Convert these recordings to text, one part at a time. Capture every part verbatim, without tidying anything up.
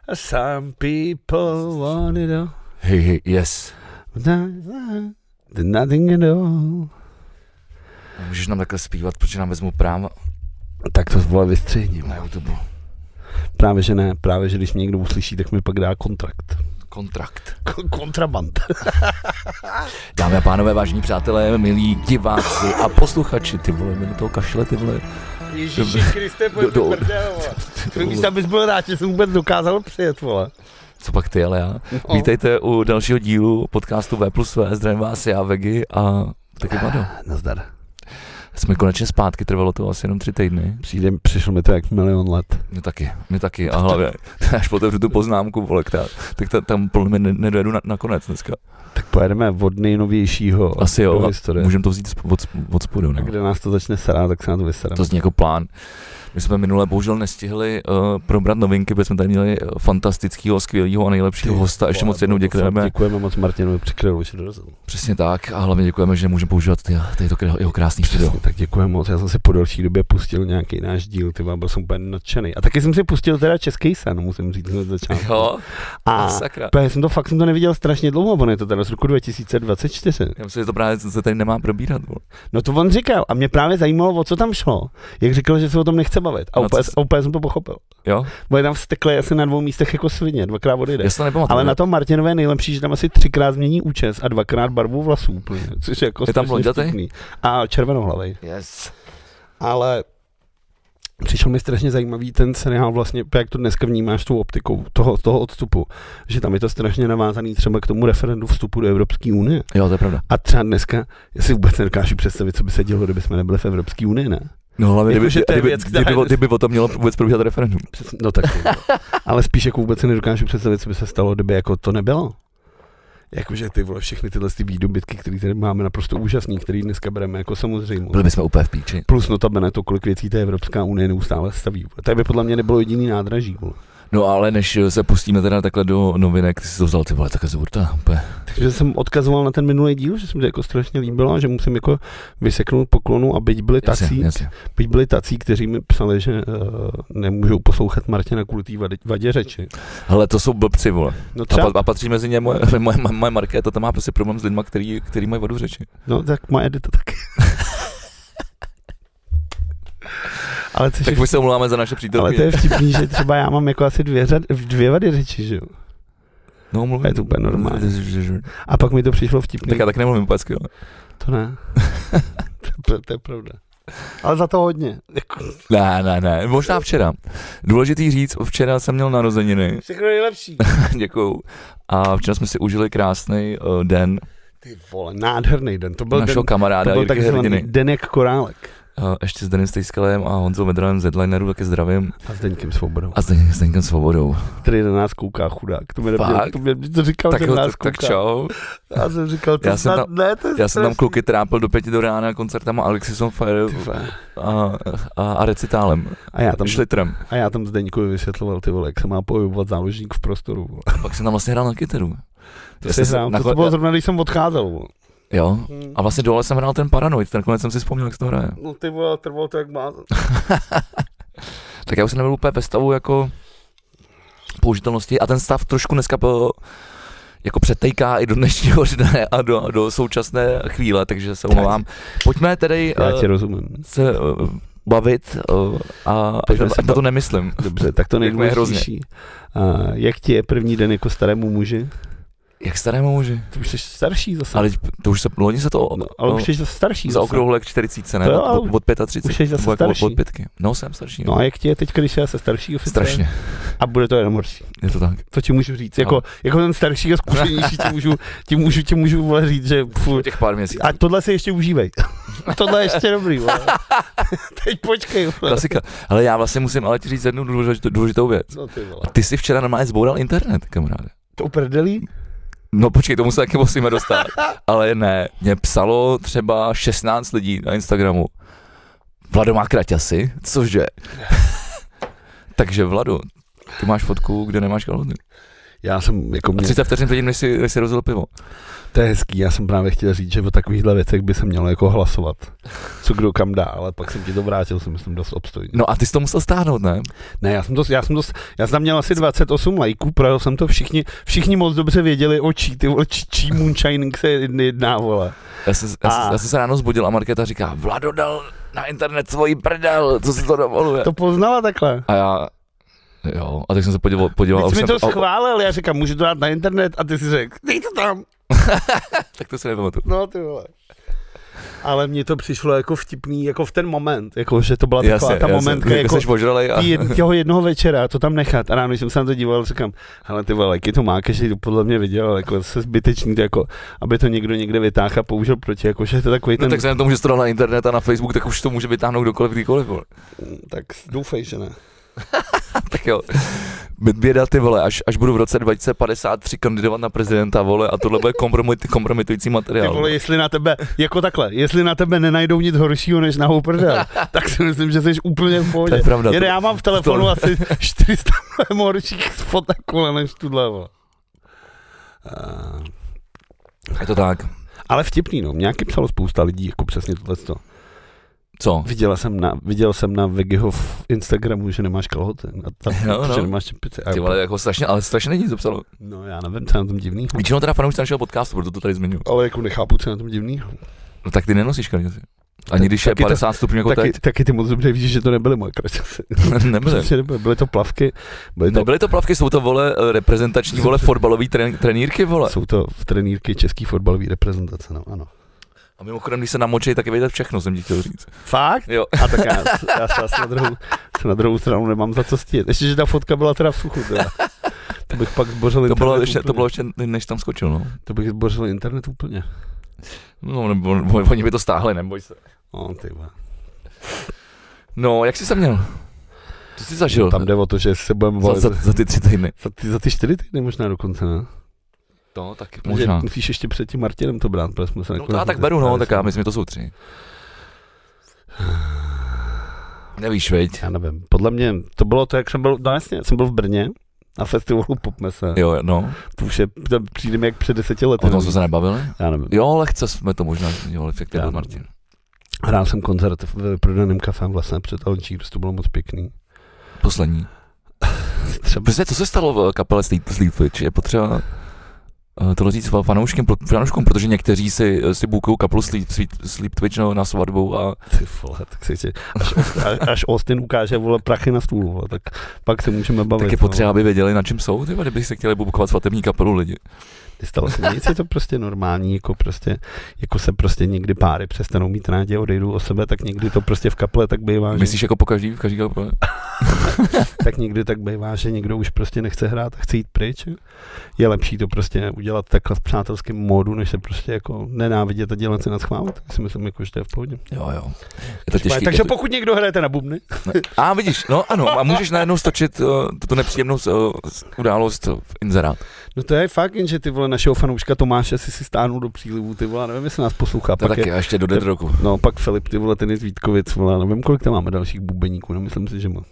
Some people want it all. Hey, hey, yes. Nothing at all. Můžeš nám takhle zpívat, protože nám vezmu práva. Tak to vole vystřihním. Na YouTube. Právě že ne, právě že když mě někdo uslyší, tak mi pak dá kontrakt. Kontrakt. Kontraband. Dámy a pánové, vážení přátelé, milí diváci a posluchači, ty vole, mi do toho kašle, ty vole. Ježíši Kriste, pojď do prdele, vole. Místa bys byl rád, že jsem vůbec dokázal přijet, vole. Co pak ty, ale já. No. Vítejte u dalšího dílu podcastu V plus V, zdravím vás, já Vegy a taky Vlado. Nazdar. Jsme konečně zpátky, trvalo to asi jenom tři týdny. Přijde, přišlo mi to jak milion let. Mě taky, mě taky a hlavně, až otevřu tu poznámku, vole, která, tak ta, tam podle mě nedojedu na, na konec dneska. Tak pojedeme od nejnovějšího. Asi jo, můžeme to vzít od, od spodu. No. A kde nás to začne sarát, tak se na to vyserám. To zní jako plán. My jsme minule bohužel nestihli uh, probrat novinky, protože jsme tady měli fantastického, skvělého a nejlepšího hosta. Ještě moc jednou děkujeme. Děkujeme moc Martinovi Přikrylu, že dorazil. Přesně tak a hlavně děkujeme, že můžeme používat ty, ty to, jeho krásný studio. Tak děkujeme moc, já jsem si po delší době pustil nějaký náš díl, ty byl jsem úplně nadšený. A taky jsem si pustil teda Český sen, musím říct na začátku. Jo, a sakra. Jsem to fakt jsem to neviděl strašně dlouho, on je to teda z roku dva tisíce dvacet čtyři. Já myslím, že to právě se tady nemá probírat. Bo. No to on říkal a mě právě zajímalo, o co tam šlo. Jak říkal, že se o tom nechce bavit. A no úplně, a úplně jsem to pochopil. Jo? Bo je tam vztekli asi na dvou místech jako svině, dvakrát odjde. Ale ne? na tom Martinové je nejlepší, že tam asi třikrát změní účes a dvakrát barvu vlasů úplně, což je jako je tam blondětej? A červenohlavej. Yes. Ale přišel mi strašně zajímavý ten seriál vlastně, jak to dneska vnímáš tou optikou toho, toho odstupu, že tam je to strašně navázaný třeba k tomu referendu vstupu do Evropské unie. Jo, to je pravda. A třeba dneska, já si vůbec nedokážu představit, co by se dělo, kdyby jsme nebyli v Evropské unii, ne? No hlavně, jako, kdyby, kdyby, věc, kdyby, kdyby, kdyby o tom mělo vůbec probíhat referendum. No tak, ale spíš jako vůbec si nedokážu představit, co by se stalo, kdyby jako to nebylo. Jakože ty vole, všechny tyhle ty výdobytky, které tady máme naprosto úžasný, který dneska bereme jako samozřejmě. Byli bychom úplně v píči. Plus notabene to, kolik věcí ta Evropská unie neustále staví. To by podle mě nebylo jediný nádraží. Vole. No ale než se pustíme teda takhle do novinek, ty jsi to vzal ty vole takhle z hurta. Úplně. Takže jsem odkazoval na ten minulý díl, že se mi to jako strašně líbilo a že musím jako vyseknout poklonu a byť byli tací, jasně, jasně. byť byli tací, kteří mi psali, že uh, nemůžou poslouchat Martina kvůli té vadě, vadě řeči. Hele, to jsou blbci, vole. No třeba... a, a patří mezi ně moje, moje, moje Markéta, tam má prostě problém s lidma, který, který mají vadu řeči. No tak moje Edita taky. Ale tak už se omlouváme za naše přítelky. Ale to je vtipný, že třeba já mám jako asi dvě, řad, dvě vady řeči, že jo? No, mluvím. Je to úplně normální. A pak mi to přišlo vtipný. Tak já tak nemluvím úplně skvěle. To ne. to, to je pravda. Ale za to hodně. Ne, ne, ne. Možná včera. Důležitý říct, včera jsem měl narozeniny. Všechno nejlepší. Děkuju. A včera jsme si užili krásný uh, den. Ty vole, nádherný den. To byl našeho den, kamaráda to byl takzvaný den jak korálek. Uh, ještě s Denem Stejskalem a Honzou Vedranem z Headlineru, taky zdravím. A s Deňkem Svobodou. A s Deňkem Svobodou. Který na nás kouká chudák. To mi neměl, to mě to říkal, tak, že na nás tak, tak čau. Já jsem říkal, to já snad jsem tam, ne, to Já jsem tam kluky trápil do pěti do rána koncertama Alexis on Fire a, a, a recitálem. A já tam, šlitrem. A já tam s Deňkovi vysvětloval, ty vole, jak se má pohybovat záložník v prostoru. Vole. A pak jsem tam vlastně hrál na kytaru. To, se hrál, to, to bylo zrovna, když jsem odcházel. Vole. Jo, a vlastně dole jsem hrál ten Paranoid, ten konec jsem si vzpomněl, jak se to hraje. No ty vole, trvalo to jak má. Tak já už jsem nebyl úplně ve stavu jako použitelnosti a ten stav trošku dneska byl, jako přetejká i do dnešního dne a do, do současné chvíle, takže se omlouvám. Pojďme tedy já tě rozumím. se uh, bavit uh, a ať na to nemyslím. Dobře, tak to nejdůležitější. Uh, jak ti je první den jako starému muži? Jak starému muži? Ty už jsi starší zase. Ale to už se, loni se to... No, ale no, už jsi zase starší za okrouhle k čtyřicítce, ne? Jo, od, od třicet pět. Už jsi zase starší. Od, od pětky. No, jsem starší. No a jak ti je teď, když jsi zase starší oficer? Strašně. A bude to jenom horší. Je to tak. To ti můžu říct. Jako, jako ten starší a zkušenější ti můžu, ti můžu, ti můžu říct, že... Pfu, těch pár měsíců. A tohle si ještě užívej. Tohle je ještě dobrý. Teď počkej. Vole. Klasika. Ale já vlastně musím ale ti říct jednu důležitou, důležitou věc. No, ty, vole. Ty jsi včera normálně zboural internet, kamaráde. To prdelí? No počkej, tomu se taky musíme dostat. Ale ne, mě psalo třeba šestnáct lidí na Instagramu. Vlado má kraťasy, cože? Takže Vlado, ty máš fotku, kde nemáš kalhoty. Já jsem jako... Mě... A třicet vteřin předtím, než si, než si rozdělil pivo. To je hezký, já jsem právě chtěl říct, že o takovýchhle věcech by se mělo jako hlasovat. Co kdo kam dá, ale pak jsem ti to vrátil, si myslím dost obstojný. No a ty jsi to musel stáhnout, ne? Ne, já jsem to, já jsem to, já jsem tam měl asi dvacet osm lajků, projel jsem to, všichni, všichni moc dobře věděli o čí, ty vole, čí, čí moonshining se jedná, vole. Já jsem, já, jsem, já jsem se ráno zbudil a Markéta říká, Vlado dal na internet svoji prdel, co se to dovoluje. To poznala takhle. A já... Jo, a tak jsem se podíval. podíval Teď jsi mi to jsem, schválil, já říkám, můžu to dát na internet a ty si řekl, dej to tam. Tak to si nepamatuju. No ty vole. Ale mně to přišlo jako vtipný, jako v ten moment, jako že to byla taková jasně, ta jasně. momentka, jako a... těho jednoho večera, to tam nechat. A ráno, když jsem se na to díval, říkám, hele ty vole, jaký to má, že to podle mě viděl, jako se zbytečný, to jako, aby to někdo někde vytáhl a použil proti, jako že je to takový ten... No tak se to může stát na internet a na Facebook, tak už to může vytáhnout kdokoliv, kdykoliv, vole. Tak doufej, že ne. Tak jo, běda ty vole, až, až budu v roce dva tisíce padesát tři kandidovat na prezidenta, vole, a tohle bude kompromit, kompromitující materiál. Ty vole, jestli na tebe, jako takhle, jestli na tebe nenajdou nic horšího než na prdel, tak si myslím, že jsi úplně v pohodě. To je pravda. Jen já mám v telefonu to... asi čtyři sta horších fotek, než tuhle, vole. Uh... Je to tak. Ale vtipný, no, nějaký psalo spousta lidí, jako přesně tohleto. Co? Viděl jsem na, viděl jsem na Vegiho v Instagramu, že nemáš kalhoty, a tam, no, no. že nemáš čepice. Ty vole, jako strašně, ale strašně lidí to psalo. No já nevím, co je na tom divný. Většinou teda fanoušci našeho podcastu, proto to tady zmiňuji. Ale jako nechápu, co je na tom divný. No tak ty nenosíš kraťasy. Ani když je padesát stupňů jako taky, teď. Taky ty moc dobře víš, že to nebyly moje kraťasy. Nebyly. nebyly. Byly to plavky. Byly to... Nebyly to plavky, jsou to vole reprezentační vole fotbalový tren, trenýrky vole. Jsou to trenýrky český fotbalový reprezentace, no ano. A mimochodem, když se namočí, tak je vědět všechno, jsem ti chtěl říct. Fakt? Jo. A tak já, já se asi na druhou, se na druhou stranu nemám za co stíhat. Ještě, že ta fotka byla teda v suchu, teda. To bych pak zbořil to internet bylo ještě, úplně. To bylo ještě, než tam skočil, no. To bych zbořil internet úplně. No, nebo, oni by to stáhli, neboj se. No, ty vole. No, jak jsi se měl? Co jsi zažil? No, tam jde o to, že se budeme volit. Za, za, za ty tři týdny. Za ty, za ty čtyři týdny možná dokonce, ne? No, tak možná. Musíš ještě před tím Martinem to brát, protože jsme se No to já tak beru, no, tak já myslím, že to jsou tři. Nevíš, veď? Já nevím, podle mě to bylo to, jak jsem byl, no jasně, jsem byl v Brně na festivalu Popmese. Jo, no. To už je, přijde mi jak před deseti lety. O tom jsme se nebavili? Já nevím. Jo, lehce jsme to možná zmiňovali, jak byl Martin. Hrál jsem koncert v prodaném kafe vlastně před Alčírs, to bylo moc pěkný. Poslední. Třeba. Co se stalo v kapele Sleep Twitch? Je potřeba tohle říct fanouškům, fanouškům, protože někteří si, si bookují kapelu Sleep, Sleep, Sleep Twitch no, na svatbu a... Ty vole, tak si až, až Austin ukáže, vole, prachy na stůl, vole, tak pak se můžeme bavit. Tak je potřeba, aby věděli, na čem jsou, tyba, kdyby si chtěli bookovat svatební kapelu lidi. Nestalo se nic, je to prostě normální, jako prostě, jako se prostě někdy páry přestanou mít rádi a odejdou o sebe, tak někdy to prostě v kaple tak bývá. Myslíš že... jako po každý, v každý kapele? Tak někdy tak bývá, že někdo už prostě nechce hrát a chce jít pryč. Je lepší to prostě udělat takhle v přátelském módu, než se prostě jako nenávidět a dělat se na schvál, tak si myslím, jako, že to je v pohodě. Jo, jo. Je to těžký, takže je to... pokud někdo hrajete na bubny. A vidíš, no ano, a můžeš najednou stočit uh, tuto nepříjemnou uh, událost v inzerát. No to je fakt, že ty vole našeho fanouška Tomáše si si stáhnul do přílivu, ty vole, nevím, jestli nás poslouchá. To pak taky, je, a ještě do Dead Rocku. No pak Filip, ty vole, ten je z Vítkovic, vole, nevím, kolik tam máme dalších bubeníků, nemyslím si, že moc.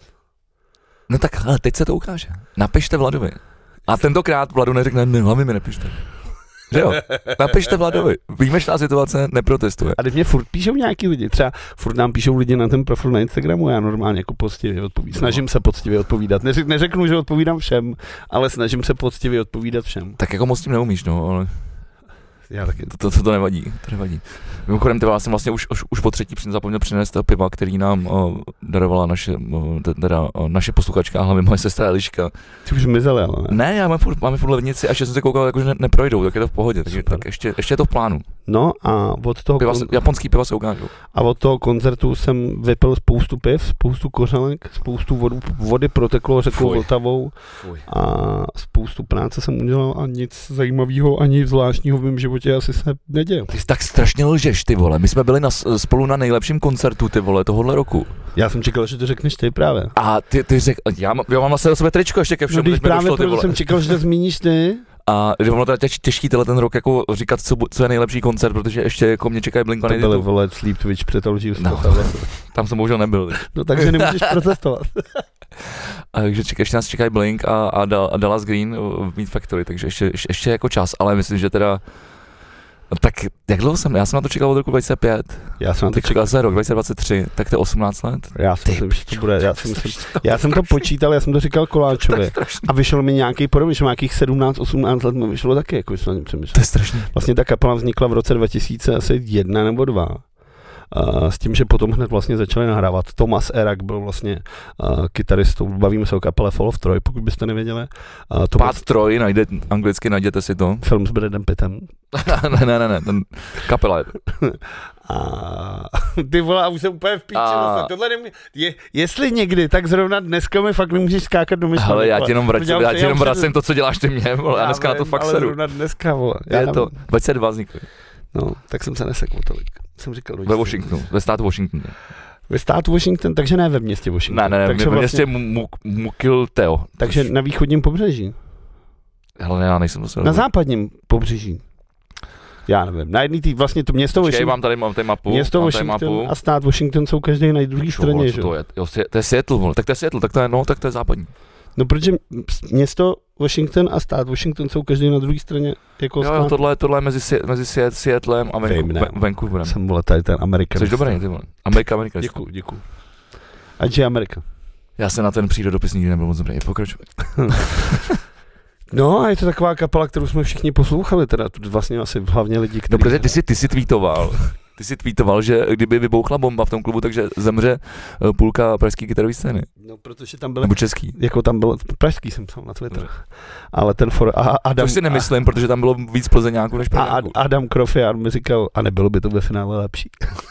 No tak, hele, teď se to ukáže. Napište Vladovi. A tentokrát Vladu neřekne, ne, hlavně mi nepište. Že jo? Napište Vladovi. Výjimečná situace, neprotestuje. A teď mě furt píšou nějaký lidi, třeba furt nám píšou lidi na ten profil na Instagramu, já normálně jako poctivě odpovídám. Snažím se poctivě odpovídat. Neřek, neřeknu, že odpovídám všem, ale snažím se poctivě odpovídat všem. Tak jako moc tím neumíš, no, ale... Já taky. To, to, to, to nevadí, to nevadí. Mimochodem, já jsem vlastně už, už, už po třetí zapomněl přinést piva, který nám uh, darovala naše, uh, teda, uh, naše posluchačka a hlavně moje sestra Eliška. Ty už zmizely, ale ne? Ne, já máme furt, máme furt levnici a ještě jsem se koukal, jako, že ne, neprojdou, tak je to v pohodě, tak, tak ještě, ještě je to v plánu. No a od toho... Piva, kon... Japonský piva se ukážou. A od toho koncertu jsem vypil spoustu piv, spoustu kořelek, spoustu vodu, vody proteklo řekou Vltavou a spoustu práce jsem udělal a nic zajímavého ani zvláštního v mém životě asi se neděje. Ty jsi tak strašně lžeš, ty vole. My jsme byli na, spolu na nejlepším koncertu, ty vole, tohohle roku. Já jsem čekal, že to řekneš ty právě. A ty, ty řekl, já, já mám na sebe tričko ještě ke všemu, no, teď právě došlo, jsem čekal, že to zmíníš ty. A že ono teda těžký tenhle ten rok jako říkat, co, co je nejlepší koncert, protože ještě jako mě čekají Blink one eighty two. To byly vole Sleep Twitch před Alžírskou. No, tam jsem bohužel nebyl. No takže nemůžeš protestovat. A takže ček, ještě nás čekají Blink a, a, a Dallas Green v Meat Factory, takže ještě, ještě, ještě jako čas, ale myslím, že teda tak jak dlouho jsem, já jsem na to čekal od roku dvacet pět, já jsem na to čekal se rok dvacet dvacet tři, tak to je osmnáct let. Já si myslím, že to bude, já, si myslím, já jsem to počítal, já jsem to říkal Koláčovi a vyšel mi nějaký podobný, že nějakých sedmnáct osmnáct let mi vyšlo taky, jako jsem na něm přemýšlel. To je strašně. Vlastně ta kapela vznikla v roce dva tisíce jedna nebo dva. Uh, s tím, že potom hned vlastně začali nahrávat. Thomas Erak byl vlastně uh, kytaristou, bavíme se o kapele Fall of Troy, pokud byste nevěděli. Uh, Pád Troy, najde, anglicky najděte si to. Film s Bradem Pittem. ne, ne, ne, ne, ten kapela je. A ty vole, a už jsem úplně v píči, a... tohle nemů... je, jestli někdy, tak zrovna dneska mi fakt nemůžeš skákat do myšlení. Ale já ti jenom vracím, já ti jenom vracím to, co děláš ty mě, vole, já dneska na to fakt seru. Ale zrovna dneska, vole. Já je to dvacet dva vznikly. No, tak jsem se nesekl tolik. Jsem říkal ve Washingtonu, ve státu Washington. Ve státu Washington, takže ne ve městě Washington. Ne, ne, ne, takže ve městě vlastně... Mukilteo. Takže na východním pobřeží. Hele, já nejsem to na západním pobřeží. Já nevím, na jedný tý, vlastně to město Washington. Mám tady, mám tady mapu. Město mám Washington mapu. A stát Washington jsou každý na druhé straně, že? To je, jo, to je Seattle, vole. Tak to je Seattle, tak to je, no, tak to je západní. No, protože město Washington a stát Washington jsou každý na druhé straně jako jo, jo, tohle, tohle je mezi, mezi Seattlem a Vancouverem. Jsem, vole, tady ten Amerikan. Jsi dobrý, ty vole. Amerika, Amerika. Děkuju, děkuju. A že Amerika? Já se na ten přírodopis nikdy nebyl moc dobrý, pokračuj. No a je to taková kapela, kterou jsme všichni poslouchali, teda vlastně asi hlavně lidi, kteří... No, protože ty jsi, ty jsi tweetoval, ty jsi tweetoval, že kdyby vybouchla bomba v tom klubu, takže zemře půlka pražský kytarové scény. No, protože tam byl... Nebo český. Jako tam byl, pražský jsem psal na Twitter. Ale ten for... A Adam... To si nemyslím, a, protože tam bylo víc Plzeňáků než Pražáků. A Adam Krofiár mi říkal, a nebylo by to ve finále lepší.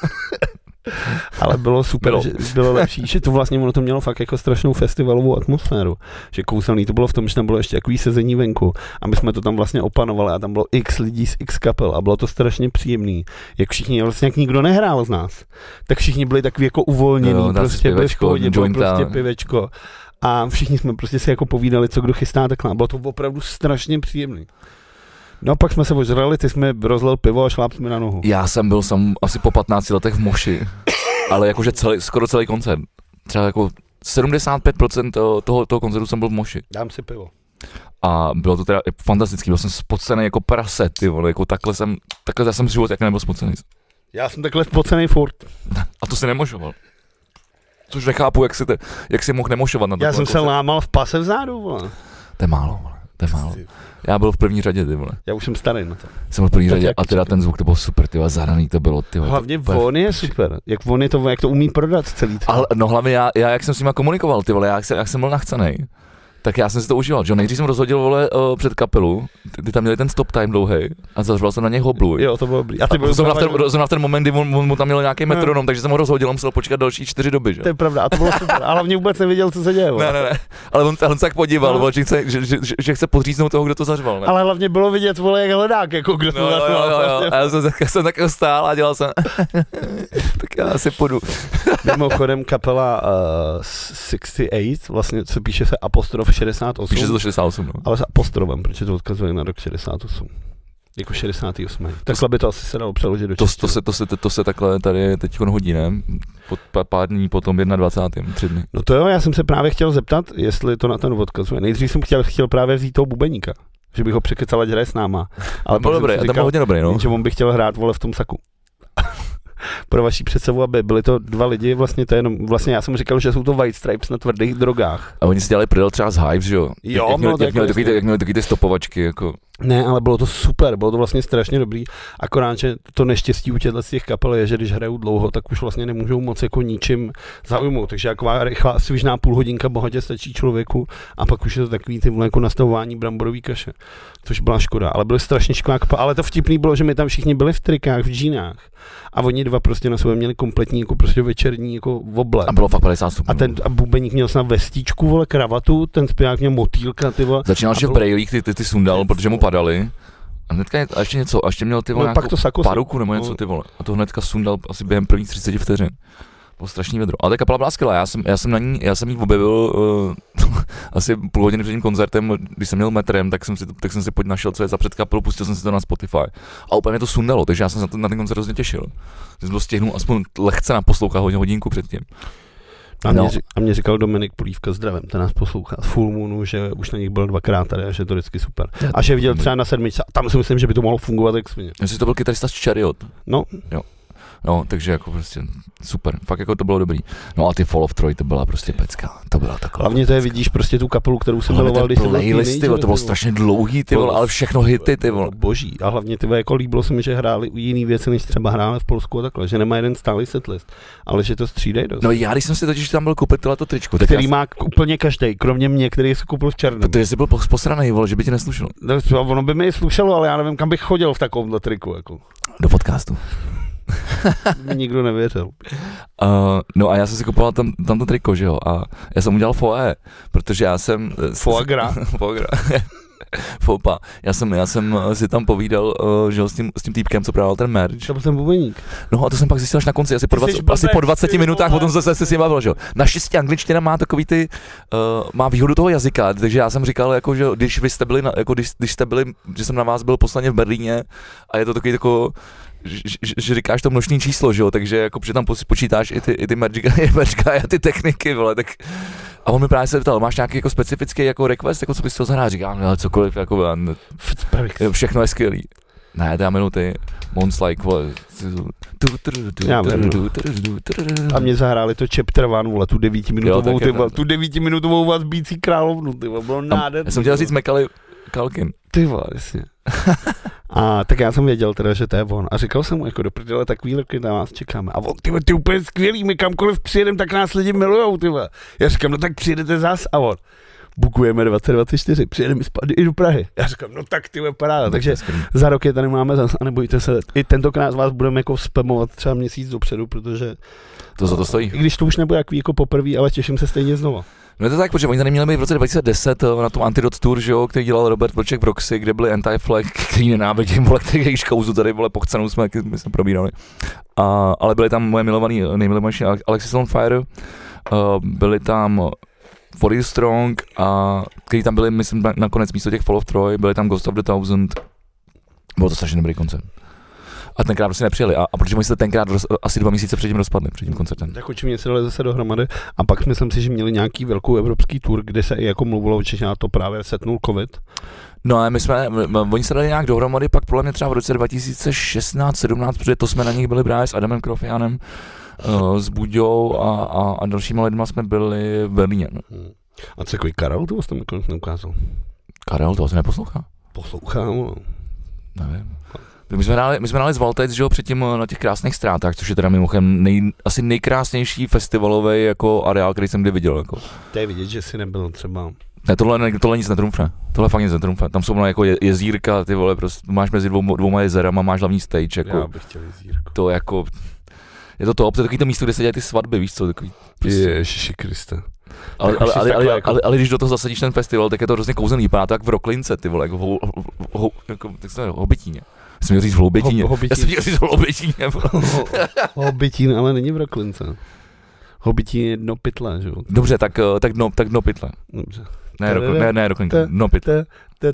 Ale bylo super, bylo. Že bylo lepší, že to vlastně ono to mělo fakt jako strašnou festivalovou atmosféru, že kouzelný to bylo v tom, že tam bylo ještě takový sezení venku a my jsme to tam vlastně opanovali a tam bylo x lidí z x kapel a bylo to strašně příjemný, jak všichni, vlastně jak nikdo nehrál z nás, tak všichni byli takový jako uvolněný, no, prostě byli v pohodě, bylo prostě pivečko a všichni jsme prostě si jako povídali, co kdo chystá takhle a bylo to opravdu strašně příjemný. No pak jsme se ožrali, ty jsme rozlil pivo a šláp jsme na nohu. Já jsem byl sam asi po patnácti letech v Moši, ale jakože celý, skoro celý koncert. Třeba jako sedmdesát pět procent toho, toho koncertu jsem byl v Moši. Dám si pivo. A bylo to teda fantastický, byl jsem spocený jako prase, ty vole, jako takhle jsem, takhle já jsem v životě jak nebyl spocený. Já jsem takhle spocený furt. A to si nemošoval. Což nechápu, jak si, te, jak si mohl nemošovat na to. Já jsem se lámal v pase vzadu, vole. To je málo, vole. To je málo. Já byl v první řadě, ty vole. Já už jsem starý na to. Jsem byl v první řadě a teda ten zvuk, to byl super, ty vole, zahraný to bylo, ty vole. Hlavně on je super, jak on je to, jak to umí prodat celý. Ale no hlavně já, já jak jsem s nima komunikoval, ty vole, já jak jsem, jak jsem byl nachcenej, tak já jsem si to užíval, že nejdřív jsem rozhodil, vole, uh, před kapelu, ty tam měli ten stop time dlouhý a zařval jsem na něj hoblu. Jo, to bylo dobrý. A ty byl zrovna v, ten, v ten moment, kdy on, on mu tam měl nějaký metronom, takže jsem ho rozhodil a musel počkat další čtyři doby, že? To je pravda, a to bylo super, ale hlavně vůbec nevěděl, co se děje. Ne, ne, ne, ale on, on se tak podíval, no. že, chce, že, že, že, že chce podříznout toho, kdo to zařval, ne? Ale hlavně bylo vidět, vole, jak hledák, jako kdo to no, zařval. Jo, jo, jo. A já jsem, já jsem tak stál a dělal jsem, tak já asi půjdu. Mimochodem kapela uh, šedesát osm, vlastně, co píše se apostrof šedesát osm. Píše se to šedesát osm, no. Ale s apostrofem, protože to odkazuje na rok šedesát osm. Jako šedesátý osmý Takhle by to asi se dalo přeložit do to, to, se, to, se, to se takhle tady teď hodí, ne? Pod pár dní potom dvacátým prvním tři dny. No to jo, já jsem se právě chtěl zeptat, jestli to na ten odkazuje. Nejdřív jsem chtěl, chtěl právě vzít toho bubeníka, že bych ho překecal, ať hraje s náma. Ale byl dobrý, to byl hodně dobrý, no. Že on by chtěl hrát, vole, v tom saku. Pro vaší představu, aby byli to dva lidi, vlastně to je jenom, vlastně já jsem říkal, že jsou to White Stripes na tvrdých drogách. A oni si dělali prdel třeba z Hype, že jo? Jo, jak, no, jak, jak, měli takový, jak měli takový ty stopovačky, jako. Ne, ale bylo to super, bylo to vlastně strašně dobrý, akorát, že to neštěstí u těchto těch kapel je, že když hrajou dlouho, tak už vlastně nemůžou moc jako ničím zaujmout, takže taková rychlá svižná půl hodinka bohatě stačí člověku a pak už je to takový ty jako nastavování bramborový kaše, což byla škoda, ale byly strašně škoda kapela, ale to vtipný bylo, že my tam všichni byli v trikách, v džínách a oni dva prostě na sobě měli kompletní jako prostě večerní jako oblek. A bylo fakt padesát stupňů. A ten a bubeník měl snad vestíčku, vole, kravatu, ten zpěvák měl motýlka, ty vole. Začínal, že v brejlích ty, ty, ty sundal, protože mu padali. A hnedka je, a ještě něco, a ještě měl ty vole no, nějakou paruku nebo něco, ty vole. A to hnedka sundal asi během prvních třicet vteřin. Bylo strašný vedro. Ale ta kapela byla skvělá, já jsem, já jsem na ní, já jsem jí objevil uh, asi půl hodiny před tím koncertem, když jsem měl metrem, tak jsem si, tak jsem si pojď našel, co je za předkapelu, pustil jsem si to na Spotify. A úplně mě to sundalo, takže já jsem se na, to, na ten koncert hrozně těšil. Že jsem to stihnul aspoň lehce naposlouchat hodně hodinku předtím. A no. mě, a mě říkal Dominik Polívka, zdravím, ten nás poslouchá z Full Moonu, že už na nich byl dvakrát tady a že je to vždycky super. A že viděl třeba na sedmičce, tam si myslím, že by to mohlo fungovat jak svině. Jestli to byl kytarista z Chariot. No. Jo. No, takže jako prostě super, fakt jako to bylo dobrý. No a ty Fall of Troy, to byla prostě pecka, to byla taková. Hlavně to je, vidíš prostě tu kapelu, kterou jsem miloval, když jsem playlisty, to bylo strašně dlouhý, ty vole, ale všechno hity, ty vole. Boží. A hlavně ty vole, jako líbilo se mi, že hráli jiný věci, než třeba hráli v Polsku a takhle, že nemá jeden stálý setlist, ale že to střídej dost. No já, když jsem si totiž tam byl koupit to tričko, který má úplně každý, kromě mě, který se koupil v černém. Protože jsi byl posranej, vole, že by ti neslušelo. No, ono by mi slušelo, ale já nevím, kam bych chodil v takovémhle triku, jako. Do podcastu. Mi nikdo nevěřil. Uh, no a já jsem si kupoval tam, tam to triko, že jo, a já jsem udělal foie, protože já jsem... Foie gras? Foie gras. Fopa. Já jsem, já jsem si tam povídal, uh, že jo, s tím, s tím týpkem, co prodal ten merch. To byl ten bubeník. No a to jsem pak zjistil až na konci, asi po, dvacet, asi po dvaceti minutách, potom se se s ním bavil, že jo. Naštěstí angličtina má takový ty, uh, má výhodu toho jazyka, takže já jsem říkal, jako, že když vy jste byli, na, jako když, když jste byli, že jsem na vás byl poslaně v Berlíně a je to takový jako, Že, že, že říkáš to množný číslo, že jo, takže jako protože tam počítáš i ty, i ty merčka a ty techniky, vole, tak a on mi právě se ptal, máš nějaký jako specifický jako request, jako co bys chtěl zahrát, říkám, ale cokoliv, jako všechno je skvělý. Ne, já miluji ty Mons like, vole. A mě zahráli to Chapter One, vole, tu devítiminutovou, ty vole, tu devítiminutovou vazbící královnu, ty vole, bylo nádherný. Já jsem chtěl říct Macaulay Culkin. Ty vole, jasně. A tak já jsem věděl teda, že to je on. A říkal jsem mu, jako do prdele, takový roky na vás čekáme. A on, ty ty úplně skvělý, my kamkoliv přijedem, tak nás lidi milujou, ty vole. Já říkám, no tak přijedete zas a on. Bukujeme dvacet dvacet čtyři, přijedeme i do Prahy. Já říkám, no tak ty vole, paráda. No, takže za rok je tady máme zas a nebojte se, i tentokrát vás budeme jako spamovat třeba měsíc dopředu, protože to za to stojí. I když to už nebude jaký jako poprvé, ale těším se stejně znova. No je to tak, protože oni tady měli být v roce dva tisíce deset na tom Antidot Tour, že jo, který dělal Robert Vlček v Roxy, kde byli Anti-Flag, který nenávidím, vole, který jejich kauzu tady, vole, pochcenou jsme, my jsme probírali. A, ale byli tam moje milovaný, nejmilovanější Alexis on Fire, uh, byli tam Forty Strong, a který tam byli, myslím, nakonec místo těch Fall of Troy, byli tam Ghost of the Thousand. Bylo to strašně dobrý koncert. A tenkrát prostě nepřijeli. A, a protože my se tenkrát roz, asi dva měsíce předtím rozpadli, před tím koncertem. Tak určitě se dali zase dohromady. A pak myslím si, že měli nějaký velkou evropský tour, kde se i jako mluvilo, že na to právě setnul covid. No a my jsme, my, oni se dali nějak dohromady, pak podle mě třeba v roce dva tisíce šestnáct sedmnáct, protože to jsme na nich byli právě s Adamem Krofianem, uh, s Buďou a, a, a dalšíma lidma jsme byli v Berlíně. No. Hmm. A co takový Karel, to vlastně mi neukázal? Karel, to asi neposlouchá? Poslouchám, no. Nevím. My jsme hráli, my jsme hráli z Valtec, že jo, předtím na těch krásných ztrátách, což je teda mimochodem nej, asi nejkrásnější festivalový jako areál, který jsem kdy viděl. Jako. To je vidět, že jsi nebyl třeba. Ne, tohle, ne, tohle nic netrumfne, tohle fakt nic netrumfne, tam jsou jako je, jezírka, ty vole, prostě máš mezi dvou, dvouma jezerama, máš hlavní stage, jako. Já bych chtěl jezírko. To jako, je to to, to je takový to místo, kde se dělají ty svatby, víš co, takový. Prostě. Ježiši Kriste. Ale, ale, ale, ale, jako... ale, ale když do toho zasadíš ten festival, tak je to hrozně kouzelný, vypadá to jak v Roklince, ty vole, jako v ho, ho, jako, tak se Hobitíně. Já jsem měl říct v Hloubitíně. Ho, Já jsem měl říct v Hloubitíně. Hobitín, ale není v Roklince. Hobitín je dno pytle, že jo? Dobře, tak, tak, dno, tak dno pytle. Dobře. Ne, rok, ne, ne, Roklinka, dno pytle.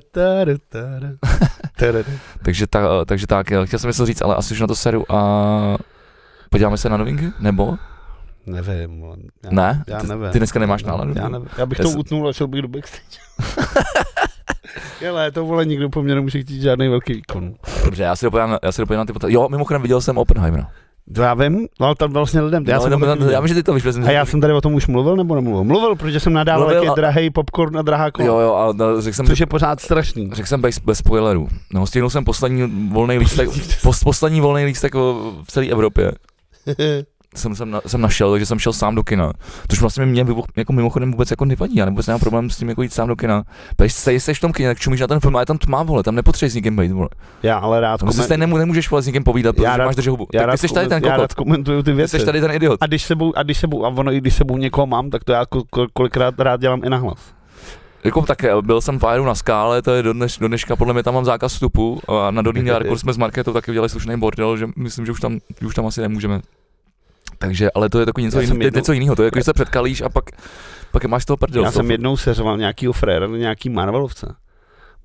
takže, ta, takže tak, chtěl jsem něco říct, ale asi už na to seru a podíváme se na novinky, nebo? Nevím. Já, ne? Já ty, nevím. Ty dneska nemáš náladu? Já nevím. Já bych já to jsem... utnul a šel bych do backstage. Hele, to vole, nikdo po mně nemůže chtít žádný velký výkon. Dobře, já si dopojím, já si dopojím na ty poté. Jo, mimochodem viděl jsem Oppenheimera. To já vím, ale tam vlastně lidem. Já, no, jsem tam, tam, já vím, že ty to víš. A já jsem tady o tom už mluvil nebo nemluvil? Mluvil, protože jsem nadával, jak je a... drahej popcorn a drahá kola. Jo, jo, a no, řekl jsem... Což je pořád strašný. Řekl jsem bez, bez spoilerů. No, stihnul jsem poslední volný lístek, post, poslední volný lístek v celé Evropě. Jsem, jsem, na, jsem našel, takže jsem šel sám do kina. Což vlastně mě jako mimochodem vůbec jako nevadí, já vůbec nemám problém s tím jako jít sám do kina. Když jsi v tom kině, tak čumíš na ten film a je tam tma, vole, tam nepotřebuješ s nikým být, vole. Já ale rád komentuju. Tam nemů, nemůžeš vole, s nikým povídat, protože rád, máš držet hubu. Já tak ty jsi tady ten kokot. Já rád komentuju ty věci. Ty jsi tady ten idiot. A když sebou, a když sebou, a ono, i když sebou někoho mám, tak to já kolikrát rád dělám i nahlas. Jako tak, byl jsem v Fajru na Skále, to je do, dneš, do dneška, podle mě tam mám zákaz vstupu a na Dolní Jarku jsme z marketu taky udělali slušný bordel, že myslím, že už tam, už tam asi nemůžeme. Takže, ale to je takový něco, jiný, jednou... něco jiného, to je jako, že se předkalíš a pak, pak máš toho prdel. Já jsem jednou seřoval nějakýho fréra na nějaký Marvelovce.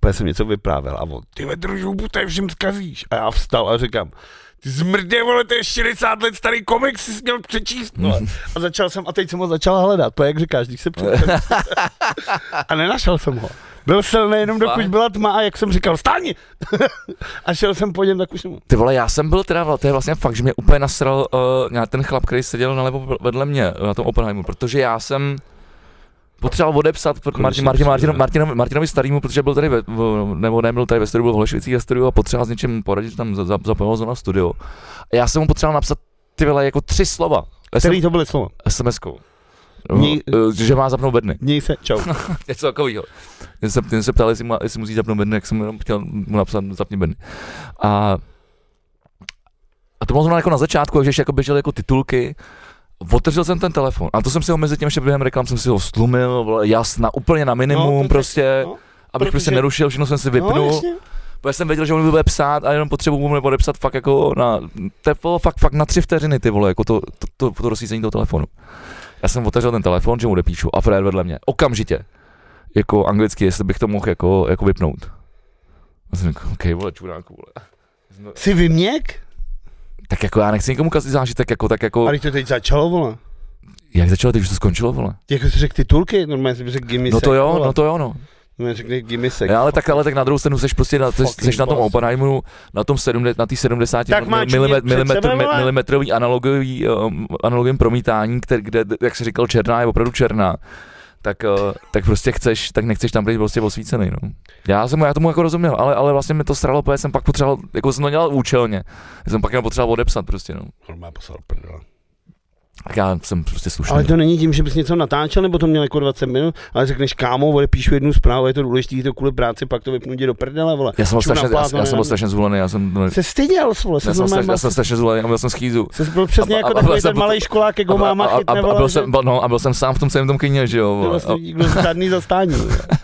úplně jsem něco vyprávěl a on, ty vedru tady všem zkazíš. A já vstal a říkám, ty zmrdě, vole, to je šedesát let starý komik, si měl přečíst, vole. A začal jsem, a teď jsem ho začal hledat, to jak říkáš, když se přečíst. A nenašel jsem ho. Byl silný jenom dokud byla tma a jak jsem říkal, vstaň! A šel jsem po něm, tak už nemůžu. Ty vole, já jsem byl teda, to je vlastně fakt, že mě úplně nasral uh, ten chlap, který seděl nalevo vedle mě na tom Oppenheimu, protože já jsem potřeboval odepsat Martin, Martin, Martin, Martinovi, Martinovi starýmu, protože byl tady, ve, v, nebo nebyl tady ve studiu, byl v Holešovicích ve studiu a potřeboval s něčím poradit, tam za, za, za na studio. A já jsem mu potřeboval napsat ty vole jako tři slova. Který to byly slova? es em eskou. Měj, že má zapnout bedny. Měj se, čau. Něco takovýho. Mě se, mě se ptal, jestli, má, jestli musí zapnout bedny, jak jsem jenom chtěl mu napsat zapni bedny. A, a to bylo zrovna jako na začátku, takže ještě jako běžely jako titulky. Otevřel jsem ten telefon a to jsem si ho mezi tím ještě během reklam jsem si ho stlumil, jasna, úplně na minimum no, prostě, no, abych protože... prostě nerušil, všechno jsem si vypnul. No, protože jsem věděl, že on bude psát a jenom potřebuji mu odepsat fakt jako na, to fakt, fakt na tři vteřiny ty vole, jako to, to, to, to rozsvícení toho telefonu. Já jsem otevřel ten telefon, že mu odepíšu a Fred vedle mě, okamžitě, jako anglicky, jestli bych to mohl jako, jako vypnout. A jsem řekl, okej, okay, vole, čuráku, vole. Jsi vyměk? Tak jako já nechci nikomu kazit zážitek, jako tak jako... Ale to teď začalo, vole. Jak začalo, teď už to skončilo, vole. Jako jsi řekl titulky, normálně jsi řekl gimme No to jo, vole. no to jo, no. No řekli gimme sek. Já, ale tak, ale tak na druhou stranu seš prostě na, seš na tom Oppenheimu, na tom sedmdesát, na tý sedmdesát milimetrový analogový, um, analogovým promítání, který, kde, jak jsi říkal, černá je opravdu černá. Tak, uh, tak prostě chceš, tak nechceš tam být prostě osvícený, no. Já jsem já tomu jako rozuměl, ale, ale vlastně mi to stralo, protože jsem pak potřeboval, jako jsem to dělal účelně, já jsem pak jenom potřeboval odepsat prostě, no. Normálně poslal prdele. Tak já jsem prostě slušný. Ale to není tím, že bys něco natáčel, nebo to měl jako dvacet minut, ale řekneš kámo, odepíšu jednu zprávu, je to důležité, to kvůli práci, pak to vypnu do prdele, vole. Já jsem strašně, já, já jsem byl strašně zvolený, já jsem... Se styděl, vole, já, jsem strašně, já jsem strašně zvolený, já byl jsem schýzu. Jsi byl přesně a, jako a, takový ten malej školák, jako máma chytne, a, a, a, byl jsem, no, a byl jsem sám v tom celém tom kyně, že jo. Vlastně byl žádný zastání.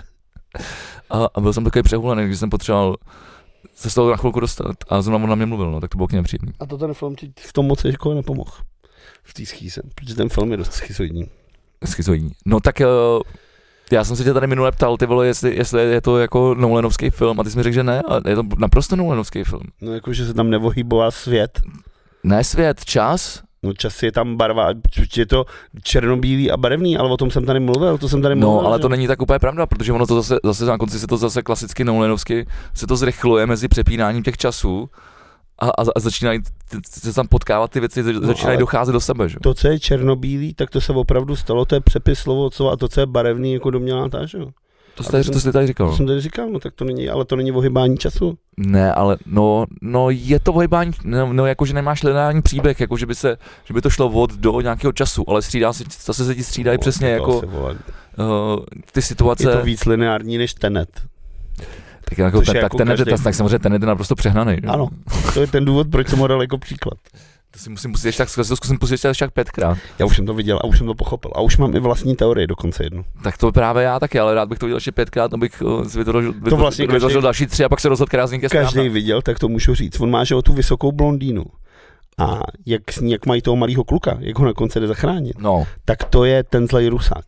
a, a byl jsem takový přehulený, když jsem potřeboval se z toho na chvilku dostat a zrovna on na mě mluvil, no, tak to bylo k něm příjemný. A to ten film ti v tom moc jako nepomohl. V té schýze, protože ten film je dost schizoidní. Schizoidní. No tak uh, já jsem se tě tady minule ptal, ty vole, jestli, jestli je to jako Nolanovský film a ty jsi mi řekl, že ne, a je to naprosto Nolanovský film. No jako, že se tam nevohýboval svět. Ne svět, čas. No čas je tam barva, je to černobílý a barevný, ale o tom jsem tady mluvil, to jsem tady mluvil. No, ale že? to není tak úplně pravda, protože ono to zase, zase na konci se to zase klasicky Nolanovsky se to zrychluje mezi přepínáním těch časů. A, a, a začínají se tam potkávat ty věci, no, začínají docházet do sebe, že? To, co je černobílý, tak to se opravdu stalo, to je přepis slovo, co, a to, co je barevný, jako domělá ta, že jo? To jsi tady, to jsi tady říkal. To jsem tady říkal, no tak to není, ale to není ohybání času. Ne, ale no, no je to ohybání, no, no jako, že nemáš lineární příběh, jako, že by se, že by to šlo od do nějakého času, ale střídá se, zase se ti střídají no, přesně jako uh, ty situace. Je to víc lineární než Tenet. Tak, jako, ten, jako tak, ten, ten, tak samozřejmě ten je naprosto přehnaný. No? Ano, to je ten důvod, proč jsem ho dal jako příklad. To si musím pustit ještě tak, to zkusím pustit ještě tak pětkrát. Já už jsem to viděl a už jsem to pochopil. A už mám i vlastní teorii dokonce jednu. Tak to právě já taky, ale rád bych to viděl ještě pětkrát, abych si vytvořil, to vlastně vytvořil další tři a pak se rozhodl, která z nich je správná. Každý viděl, tak to můžu říct. On má, že o tu vysokou blondýnu. A jak, jak mají toho malého kluka, jak ho na konci jde zachránit, no. Tak to je ten zlej Rusák.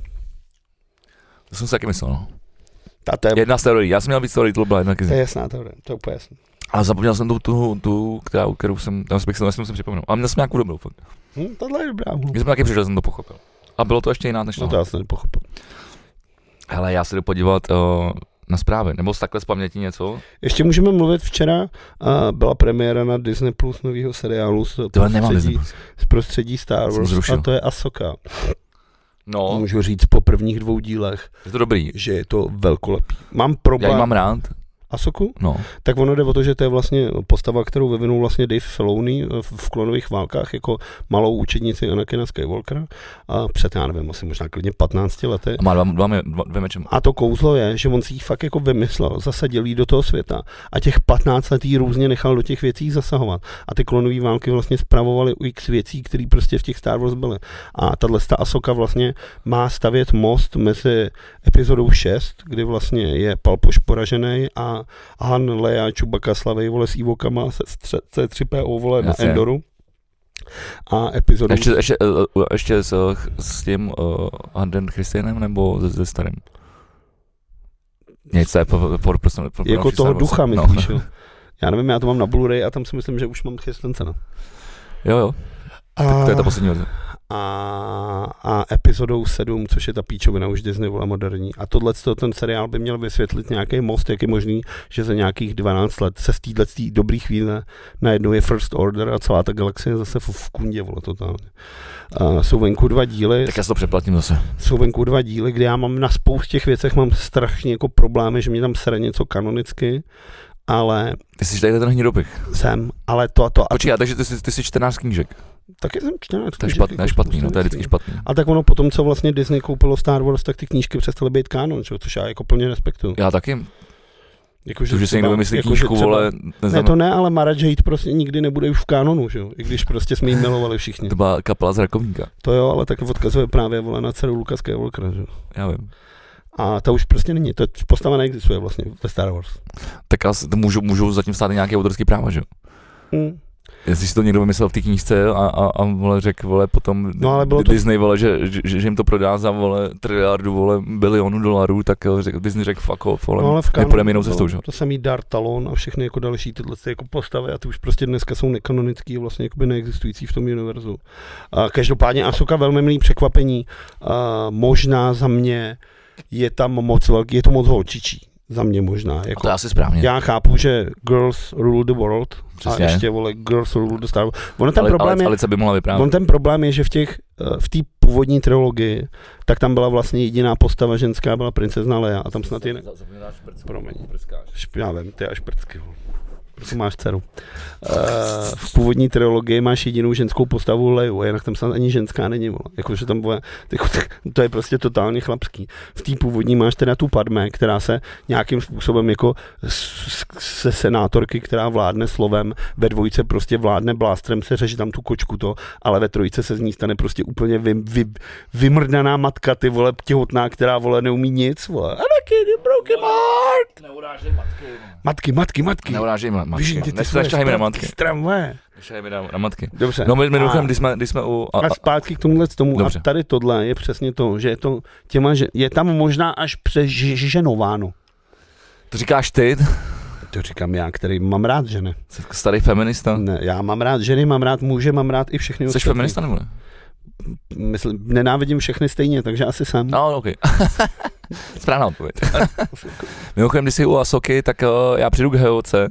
To jsem si taky myslel, no. Je... Jedna z teorií, já jsem měl víc teorií, to byla jedna. To je jasná teorie, to je úplně jasný. A zapomněl jsem tu, tu, tu kterou, kterou jsem, já jsem, já jsem si připomněl. A měl jsem nějakou dobrou fakt. Hm, tohle je dobrá. Když jsem taky přišel, jsem to pochopil. A bylo to ještě jiná než no to já jsem nepochopil. Hele, já se jdu podívat uh, na zprávy, nebo z takhle z paměti něco. Ještě můžeme mluvit, včera uh, byla premiéra na Disney Plus novýho seriálu z prostředí, z prostředí Star Wars a to je Ahsoka. No. Můžu říct po prvních dvou dílech, je to dobrý, že je to velkolepý. Mám problém. Já ji mám rád. Ahsoku? No. Tak ono jde o to, že to je vlastně postava, kterou vyvinul vlastně Dave Filoni v Klonových válkách jako malou učednici Anakina Skywalkera a před, já nevím, asi možná klidně patnácti lety. A má dva, dva, dva, dva meče. A to kouzlo je, že on si ji fakt jako vymyslel, zasadil jí do toho světa a těch patnáct let jí různě nechal do těch věcí zasahovat. A ty Klonové války vlastně spravovaly u x věcí, které prostě v těch Star Wars byly. A tahle Ahsoka vlastně má stavět most mezi epizodou šest, kdy vlastně je Palpoš poražený a Han, Leia, Chewbacca slaví, vole, s Evokama, se C tři P O, vole, na Endoru. A epizodou... Ještě, ještě, ještě s, s tím uh, Anden Christianem nebo se, se starým? Nic, to je for prostě. Jako toho ducha, myslíš, no. Já nevím, já to mám na Blu-ray a tam si myslím, že už mám chystence, no. Jo, jo. A, tak to je ta poslední verze. A, a epizodou sedm, což je ta píčovina už Disney, vole, moderní. A tohle, ten seriál by měl vysvětlit nějaký most, jak je možný, že za nějakých dvanáct let se z téhle dobrý chvíle najednou je First Order a celá ta galaxie zase v, v kundě, vole, totálně. A jsou venku dva díly. Tak já si to přeplatím zase. Jsou venku dva díly, kde já mám na spoustě věcech mám strašně jako problémy, že mě tam sere něco kanonicky. Ale... Ty jsi tady ten hnidopich. Jsem, ale to a to... Počkej, takže ty jsi, ty jsi čtenář knížek. Taky jsem čtenář knížek. To je špatný, jako špatný no, to je vždycky špatný. A tak ono potom, co vlastně Disney koupilo Star Wars, tak ty knížky přestaly být kánon, což já jako plně respektuju. Já taky. Jako, že to, že si někdo vymyslí jako, knížku, třeba, vole... Ne, to ne, ale Mara Jade prostě nikdy nebude už v kánonu, že jo? I když prostě jsme jí milovali všichni. To byla kapela z Rakovníka. To jo, ale tak odkazuje právě, vole, na dceru Luka Skywalkera, že jo? Já vím. A to už prostě není, to postava neexistuje vlastně ve Star Wars. Tak asi to můžou, můžou zatím stát nějaké autorské práva, že jo? Mm. Jestli si to někdo vymyslel v té knížce a, a, a vole, řekl, vole, potom no, ale bylo Disney, to... vole, že, že, že, jim to prodá za, vole, triliardu, vole, bilionu dolarů, tak řek, Disney řekl fuck off, vole, no, nepůjdeme jinou cestou, že? To samý Darth Talon a všechny jako další tyhle jako postavy a ty už prostě dneska jsou nekanonický a vlastně jakoby neexistující v tom univerzu. A každopádně Ahsoka velmi milý překvapení, a možná za mě je tam moc velký, je to moc holčičí. Za mě možná. Jako, a to je asi správně. Já chápu, že Girls Rule the World. Přesně. A ještě, vole, Girls Rule the Star Wars. Ono ten ale, problém ale, je, Alice by mohla vyprávět. On ten problém je, že v těch, v té původní trilogii, tak tam byla vlastně jediná postava ženská, byla princezna Leia a tam snad je... Promiň. Já vím, ty až prcky. Prostě máš dceru. Uh, v původní trilogii máš jedinou ženskou postavu Leiu, a jinak tam snad ani ženská není, vole. Jakože tam bude, to je prostě totálně chlapský. V té původní máš teda tu Padme, která se nějakým způsobem jako se senátorky, která vládne slovem, ve dvojce prostě vládne blástrem, se řeší tam tu kočku to, ale ve trojice se z ní stane prostě úplně vy, vy, vymrdaná matka, ty vole, těhotná, která, vole, neumí nic, vole. Anakin, you broke my heart! Neurážej matky. Matky, matky, matky. Neurážej matky. Matky. Nešťahejme na matky. Stramvé. Nešťahejme na, na matky. Dobře. No my, my doufám, když jsme, když jsme u... A, a zpátky k tomuhle tomu. Dobře. A tady tohle je přesně to, že je to těma, že je tam možná až přeženováno. To říkáš ty? To říkám já, který mám rád ženy. Jsi starý feminista? Ne, já mám rád ženy, mám rád muže, mám rád i všechny ostatní. Jsi feminista nebo ne? Myslím, nenávidím všechny stejně, takže asi jsem. No, ok. Správná odpověď. Mimochodem, když jsi u Ahsoky, tak uh, já přijdu k Heoce.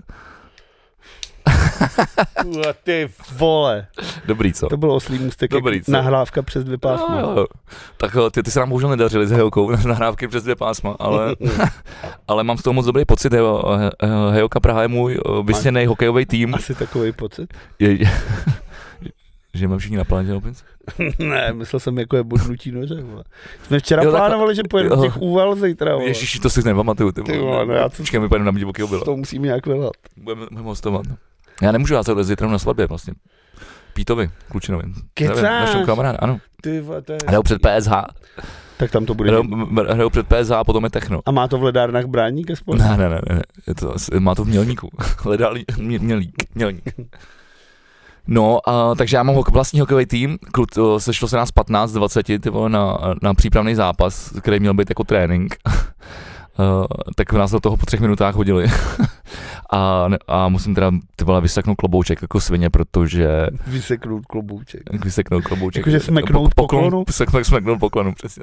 Ty vole. Dobrý, co? To bylo oslý můstek, nahrávka přes dvě pásma. No, tak ty, ty se nám bohužel nedařili s Heokou, nahrávky přes dvě pásma, ale, ale mám z toho moc dobrý pocit. Heoka Praha je můj vysněnej hokejový tým. Asi takový pocit? Je, že máme všichni na planetě opět? Ne, myslel jsem, jako je bodnutí nože. Jsme včera jo, plánovali, že pojedeme těch úval zítra. Ježiši, to si nepamatuju. Ty, ty vole, no já to... Počkej, my pojedeme na divoký obylo. To musíme nějak vyhledat. Budeme, budeme hostovat. Já nemůžu, já se zítra na svatbě vlastně. Pítovi, Klučinovi. Kecáš? Našemu kamarád, ano. Ty vole, to je... Hrajou před P S H. Tak tam to bude. Hrajou před P S H a potom je techno. A má to v ledárnách Bráník aspoň? Ne, ne, ne, ne. Je to, má to v Mělníku. Ledálí, mě, mělík, Mělník. No, a, takže já mám vlastní hokejový tým, klub, sešlo se nás patnáct dvacet ty vole, na, na přípravný zápas, který měl být jako trénink. Uh, tak nás do toho po třech minutách hodili. a, a musím teda ty vole vyseknout klobouček jako svině, protože... Vyseknout klobouček. Vyseknout klobouček. Jakože smeknout po, poklonu? Poklonu? Smeknout poklonu, přesně.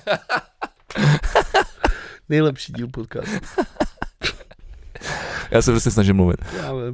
Nejlepší díl podcastu. Já se prostě snažím mluvit. Já vím.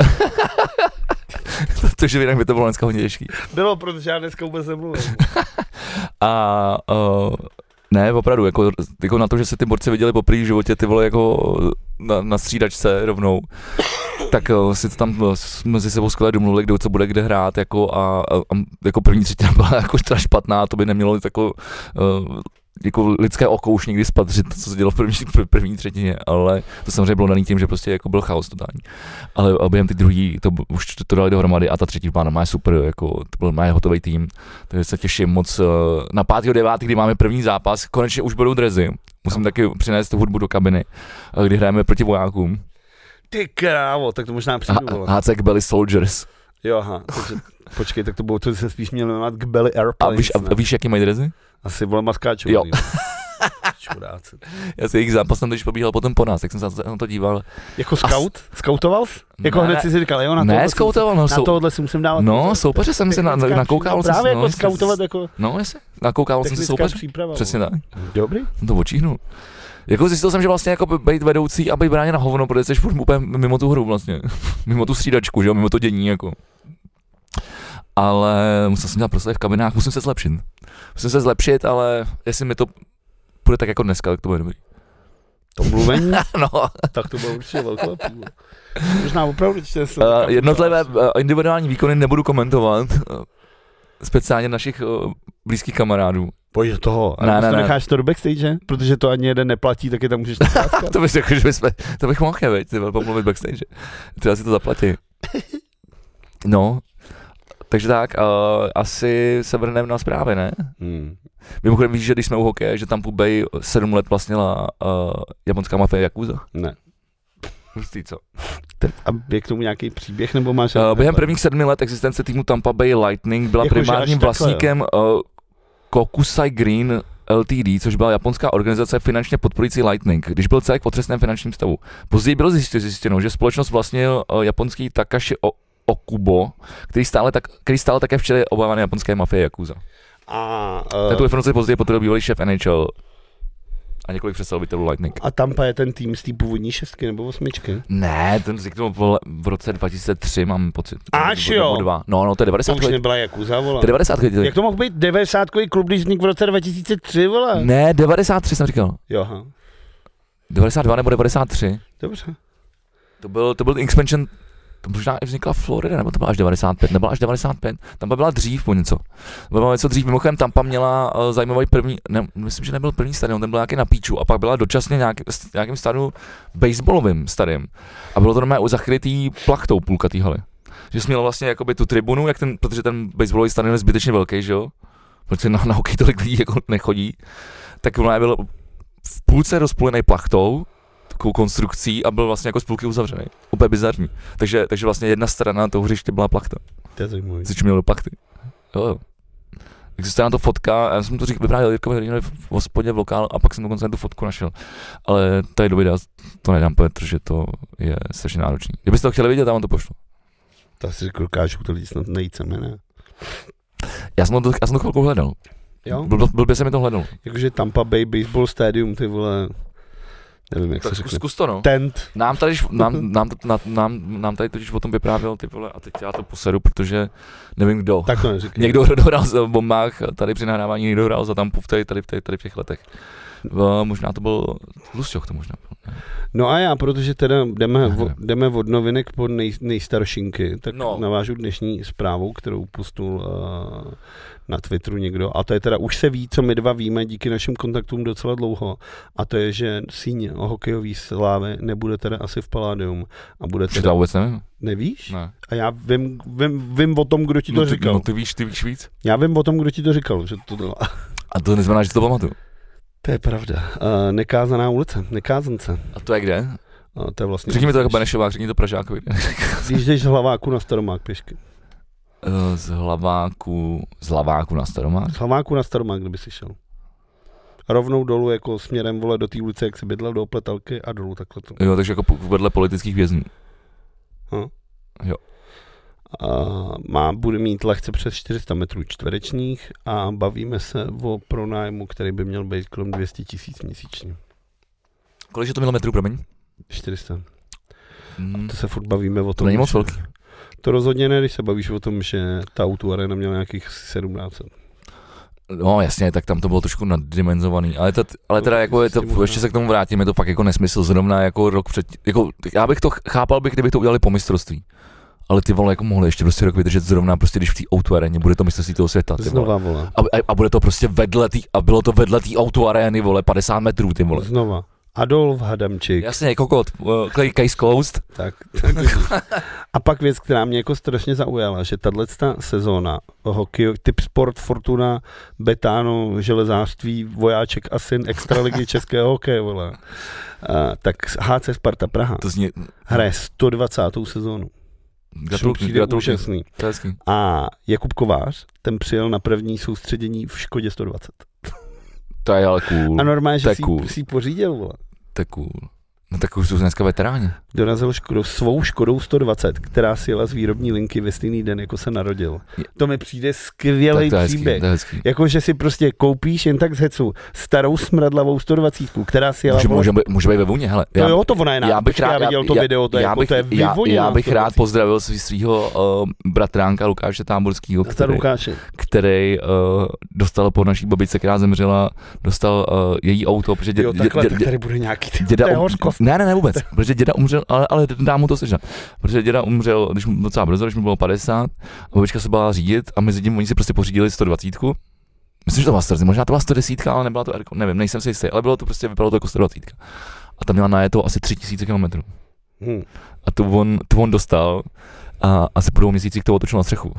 Takže jinak by to bylo dneska hodně těžký. Bylo, protože já dneska vůbec nemluvím. A uh, ne, opravdu, jako, jako na to, že se ty borci viděli poprvé v životě, ty vole, jako na, na střídačce rovnou, tak uh, si to tam uh, mezi sebou skvěle domluvili, kdo co bude kde hrát, jako a, a, a jako první třetina byla jako špatná, to by nemělo jako uh, jako lidské oko už někdy spatřit, co se dělo v první, v první třetině, ale to samozřejmě bylo daný tím, že prostě jako byl chaos totální. Ale během ty druhý to už to dali dohromady a ta třetí byla má super, jako to byl má hotový tým, takže se těším moc na pátého devátého kdy máme první zápas, konečně už budou drezy, musím taky přinést tu hudbu do kabiny, kdy hrajeme proti vojákům. Ty krávo, tak to možná přijdu. H C Gbelly Soldiers. Jo, aha, takže, počkej, tak to bylo, to se spíš měl jmenovat Gbelly Airplanes. A víš, a víš, jaký mají drezy? Asi vole maskáčů. Jo. Čuráci. Já si jejich zápas tam když pobíhal potom po nás, tak jsem se na to díval. Jako scout? A... Skautoval jsi? Jako ne, hned si říkal, jo, na ne, skautoval, no, na tohle si musím dávat. No, soupeře jsem si na, nakoukával. Právě jako skautovat jako... No, jestli, nakoukával jsem si soupeře. Přesně tak. Dobrý. Jsem to očíhnul. Jako zjistil jsem, že vlastně jako být vedoucí a být bráně na hovno, protože jsi furt úplně mimo tu hru vlastně. Mimo tu střídačku, že jo, mimo to dění jako. Ale musel jsem dělat prostě v kabinách, musím se zlepšit. Musím se zlepšit, ale jestli mi to bude tak jako dneska, tak to bude dobrý. To mluvení? No. Tak to bylo určitě velké. Možná opravdu uh, jednotlivé uh, individuální výkony nebudu komentovat. Uh, speciálně našich uh, blízkých kamarádů. Pojď do toho, a ne, ne, to necháš to do backstage, protože to ani jeden neplatí, tak je tam můžeš nahrát. To bych řekl, že bychom, to bych mohl, veď, ty byl pomluvit backstage. Třeba si to zaplatí. No, takže tak, uh, asi se vrhneme na zprávy, ne? Hmm. Mimochodem víš, že když jsme u hokeje, že tam Bay sedm let vlastnila uh, japonská mafie Yakuza? Ne. Hustý, co? A je k tomu nějaký příběh, nebo máš... Uh, během prvních sedmi let existence týmu Tampa Bay Lightning byla jako primárním vlastníkem uh, Kokusai Green L T D, což byla japonská organizace finančně podporující Lightning, když byl celek v otřesném finančním stavu. Později bylo zjištěno, že společnost vlastnil uh, japonský Takashi o- Okubo, který stále, tak, který stále také v čele obávané japonské mafie Yakuza. A uh, tu informaci později potvrdil bývalý šéf N H L a několik představitelů Lightning. A Tampa je ten tým z té původní šestky nebo osmičky? Ne, ten vzniknul v, v roce dva tisíce tři, mám pocit. Až jo? Dva. No, no, to je devadesát. To už nebyla Yakuza, vole. To je devadesát. Jak to mohl být devadesátkový klub, když vznikl v roce dva tisíce tři, vole? Ne, devadesát tři jsem říkal. Jo, aha. devadesát dva nebo devadesát tři. Dobře. To byl, to byl expansion, to možná i vznikla Florida, nebo to byla až devadesát pět, nebyla až devadesát pět, Tampa byla dřív po něco. Byla něco dřív, mimochodem Tampa měla uh, zajímavý první, ne, myslím, že nebyl první stadion, ten byl nějaký na píču a pak byla dočasně nějaký, nějakým stadionu baseballovým stadiem. A bylo to normálně zakrytý plachtou půlka té haly. Že jsi měl vlastně jakoby tu tribunu, jak ten, protože ten baseballový stadion je zbytečně velký, že jo? Protože na, na hokej tolik lidí jako nechodí. Tak ono byl v půlce rozpůlený plachtou, takovou konstrukcí a byl vlastně jako z půlky uzavřený. Úplně bizarní. Takže, takže vlastně jedna strana toho hřiště byla plachta. To je zajímavý. Což měl do plachty. Jo, jo. Existuje na to fotka, já jsem to říkal, vyprávěl Jirkovi Hrinovi v hospodě v lokálu a pak jsem dokonce tu fotku našel. Ale tady do videa to nedám, protože to je strašně náročný. Kdybyste to chtěli vidět, já vám to pošlu. To si řekl, dokážu to lidi snad najít sami, ne? Já jsem to, já jsem to chvilku hledal. Jo? Byl, byl by se mi to hledal. Jakože Tampa Bay Baseball Stadium, ty vole... Nevím, jak tak se řekne. Zkus to, no. Tent. Nám tady, nám, nám, nám, nám tady totiž o tom vyprávěl, ty vole, a teď já to poseru, protože nevím kdo. Tak to neříkej. Někdo dohrál v bombách, tady při nahrávání někdo hrál za Tampu v tady, tady, tady, tady v těch letech. Uh, možná to byl Lusťoch, to možná byl. No a já, protože teda jdeme, vo, jdeme od novinek po nej, nejstaršinky, tak no. navážu dnešní zprávu, kterou pustul uh, na Twitteru někdo. A to je teda, už se ví, co my dva víme díky našim kontaktům docela dlouho. A to je, že síň hokejový slávy nebude teda asi v Paládium. A bude teda... To vůbec nevím. Nevíš? Ne. A já vím, vím, vím o tom, kdo ti to no ty, říkal. No ty víš, ty víš víc? Já vím o tom, kdo ti to říkal, že to bylo. A to neznamená, že to pamatuju. To je pravda. Uh, nekázaná ulice, nekázance. A to je kde? Uh, to je vlastně... Řekni mi to jako Benešovák, řekni to Pražákovi. Když jdeš z Hlaváku na Staromák pěšky. Uh, z Hlaváku, z Hlaváku na Staromák? Z Hlaváku na Staromák, kdyby si šel. Rovnou dolů jako směrem, vole, do té ulice, jak se bydlel, do Opletalky a dolů takhle to. Jo, takže jako vedle politických vězňů. Hm? Jo. Uh, má, bude mít lehce přes čtyři sta metrů čtverečních a bavíme se o pronájmu, který by měl být kolem dvě stě tisíc měsíčně. Kolik je to mělo metrů, promiň? čtyři sta. Hmm. To se furt bavíme o tom. To není moc velký. To rozhodně ne, když se bavíš o tom, že ta O dva Arena měla nějakých sedmnáct. No jasně, tak tam to bylo trošku naddimenzovaný, ale, to, ale teda jako je to, ještě se k tomu vrátím, je to fakt jako nesmysl, zrovna jako rok před, jako já bych to chápal, bych, kdybych to udělali po mistrovství. Ale ty vole, jako mohli ještě prostě rok vydržet zrovna prostě, když v té O dva aréně bude to mistrovství toho světa, ty Znova, vole. vole. A, a, a bude to prostě vedle tý, a bylo to vedle té O dva arény, vole, padesát metrů, ty vole. Znova. Adolf Hadamčík. Jasně, kokot, uh, case closed. Tak, tak. A pak věc, která mě jako strašně zaujala, že tato sezóna hokej, typ sport, Fortuna, Betano, železářství, Vojáček a syn extraligy českého hokeje, vole. Uh, tak H C Sparta Praha to zní... hraje sto dvacátou sezónu. Přijde úžasný. A Jakub Kovář, ten přijel na první soustředění v Škodě sto dvacet. To je ale cool. A normálně, že si, cool. si ji pořídil, vole. To je cool. No tak už jsou dneska veteráni. Dorazil Škodou, svou Škodou sto dvacet, která si jela z výrobní linky ve stejný den, jako se narodil. To mi přijde skvělý příběh. Jako, že si prostě koupíš jen tak z hecu starou smradlavou sto dvacet, která si jela... Může, může, být, může být ve vůně, hele. Já, to jo, to ona je já bych rád, já viděl to já, video, to je, jako, bych, to je já, já bych rád pozdravil svýho uh, bratránka Lukáše Táborskýho, který, který uh, dostal po naší babičce, která zemřela, dostal uh, její auto, protože dě, jo, takhle, dě, dě, dě, tady bude nějaký děda, ne, ne, ne, vůbec, protože děda umřel, ale, ale dám mu to sežrat, protože děda umřel, když mu docela brzo, když mu bylo padesát, a babička se bála řídit a mezi tím oni si prostě pořídili sto dvacet. Myslím, že to byla sto deset, možná to byla sto deset, ale nebyla to Erko, nevím, nejsem si jistý, ale bylo to prostě, vypadalo to jako sto dvacet. A tam měla najeto asi tři tisíce kilometrů. Hmm. A to on, to on dostal a asi po dvou měsících to otočil na střechu.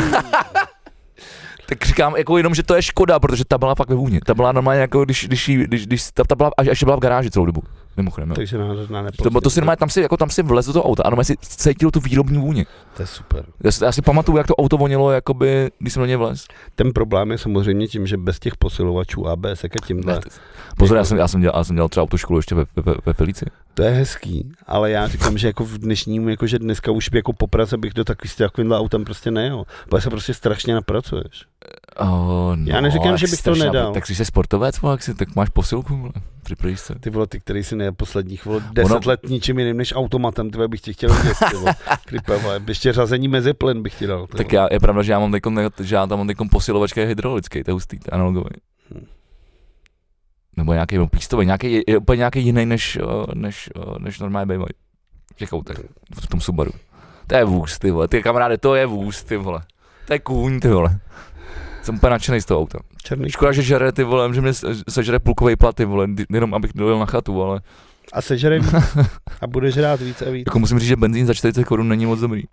Tak říkám jako jenom, že to je škoda, protože ta byla fakt ve vůni. Ta byla normálně jako, když, když, když, když ta, ta byla, až, až byla v garáži celou dobu. Mimochodem, jo. Takže na to, to si normálně, tam si, jako tam si vlez do toho auta a normálně si cítil tu výrobní vůni. To je super. Já si, já si pamatuju, jak to auto vonilo, jakoby, když jsem do něj vlez. Ten problém je samozřejmě tím, že bez těch posilovačů A B S a tímhle. Pozor, já jsem, já jsem, dělal, já jsem dělal třeba autoškolu ještě ve, ve, ve Felici. To je hezký, ale já říkám, že jako v dnešním, jako že dneska už jako po Praze bych do takový s takovýmhle autem prostě nejel, protože se prostě strašně napracuješ. Oh, no, já neříkám, že bych to nedal. Tak jsi sportovec, vole, tak máš posilku, připravíš se. Ty vole, ty, který si nejel posledních vole, deset ono... let ničím jiným než automatem, ty bych tě chtěl vidět, ty vole. Kripe, vole, ještě řazení mezi plyn bych ti dal. Tak já, je pravda, že já mám teďkom, že já tam mám teďkom posilovačka hydraulický, to je hustý, to je analogový. Hmm. Nebo nějaký no, pístový, nějaký, je úplně nějaký jiný než, než, než normálně bývají v těch autech, v tom Subaru. To je vůz, ty vole, ty kamaráde, to je vůz, ty vole. To je kůň, ty vole. Jsem úplně nadšenej z toho auta. Černý. Škoda, že žere, ty vole, že mě sežere půlkovej plat, ty vole, jenom abych dojel na chatu, ale... A sežere víc a bude žrát víc a víc. Jako musím říct, že benzín za čtyřicet korun není moc dobrý.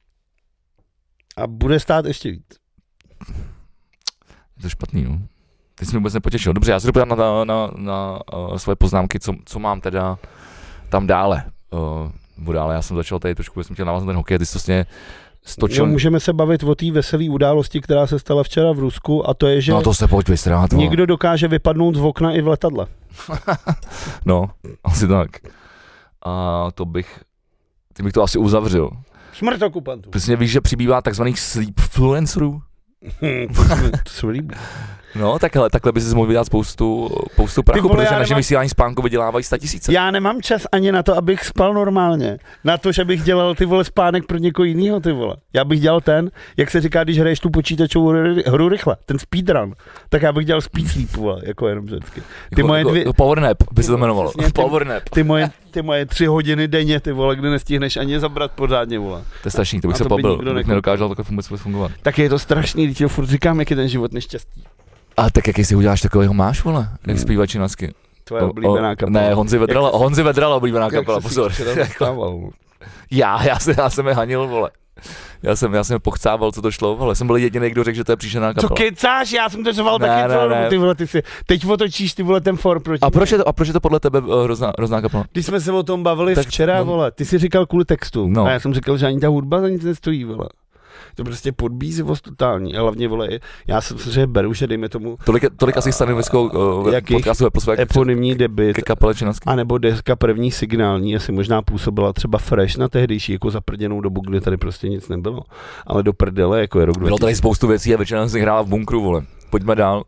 A bude stát ještě víc. Je to špatný, no. Teď jsi mě vůbec nepotěšil. Dobře, já se dopůjdám na, na, na, na uh, svoje poznámky, co, co mám teda tam dále. Uh, dále. Já jsem začal tady trošku, jsem chtěl navázat ten hokej, ty jsi to vlastně stočil. No, můžeme se bavit o té veselé události, která se stala včera v Rusku, a to je, že no, to se pojď vysrát, někdo dokáže vypadnout z okna i v letadle. No, asi tak. A to bych, ty bych to asi uzavřel. Smrt okupantů. Přesně víš, že přibývá takzvaných sleepfluencerů. to, to se líbí. No, takhle, takhle by si mohl vydělat spoustu, spoustu prachu, vole, protože naše nemám... vysílání spánku vydělávají sta tisíce. Já nemám čas ani na to, abych spal normálně. Na to, že bych dělal ty vole spánek pro někoho jiného, ty vole. Já bych dělal ten, jak se říká, když hraješ tu počítačovou hru rychle, ten speedrun. Tak já bych dělal speed sleep, vole, jako jenom vždycky. Ty jako, moje dvě... jako power nap by se to jmenovalo. Ty, power nap. Ty moje, ty moje tři hodiny denně, ty vole, kde nestihneš ani zabrat pořádně, vole. To je strašný, to bych se pobil, bych nedokázal takhle vůbec fungovat. Tak je to strašný, když furt říkám, jak je ten život nešťastný. A tak jaký si uděláš, takového máš, vole, jak hmm. zpívač činacky. Tvoje oblíbená kapela. Ne, Honzi Vedrala, Honzi Vedrala oblíbená kapela, pozor. já, já, jsem, já jsem je hanil, vole. Já jsem, já jsem je pochcával, co to šlo, ale jsem byl jediný, kdo řekl, že to je příšerná kapela. Co kecáš, já jsem to řval taky, ne, ne. Ty vole, ty si, teď otočíš, ty vole, ten for proti. A proč je to, a proč je to podle tebe uh, hrozná, hrozná kapela? Když jsme se o tom bavili tak, včera, no, vole, ty jsi říkal kvůli textu, no. A já jsem říkal, že ani ta hudba za nic nestojí, vole. To prostě podbízivost totální, a hlavně, vole, já jsem se beru, že dejme tomu... Tolik, tolik asi stanoviskou uh, podcastu ve své eponymní debit, ke kapele činacky. A nebo deska první signální asi možná působila třeba fresh na tehdejší jako zaprděnou dobu, kdy tady prostě nic nebylo. Ale do prdele, jako je rok bylo tady spoustu věcí a většina si hrála v bunkru, vole. Pojďme dál.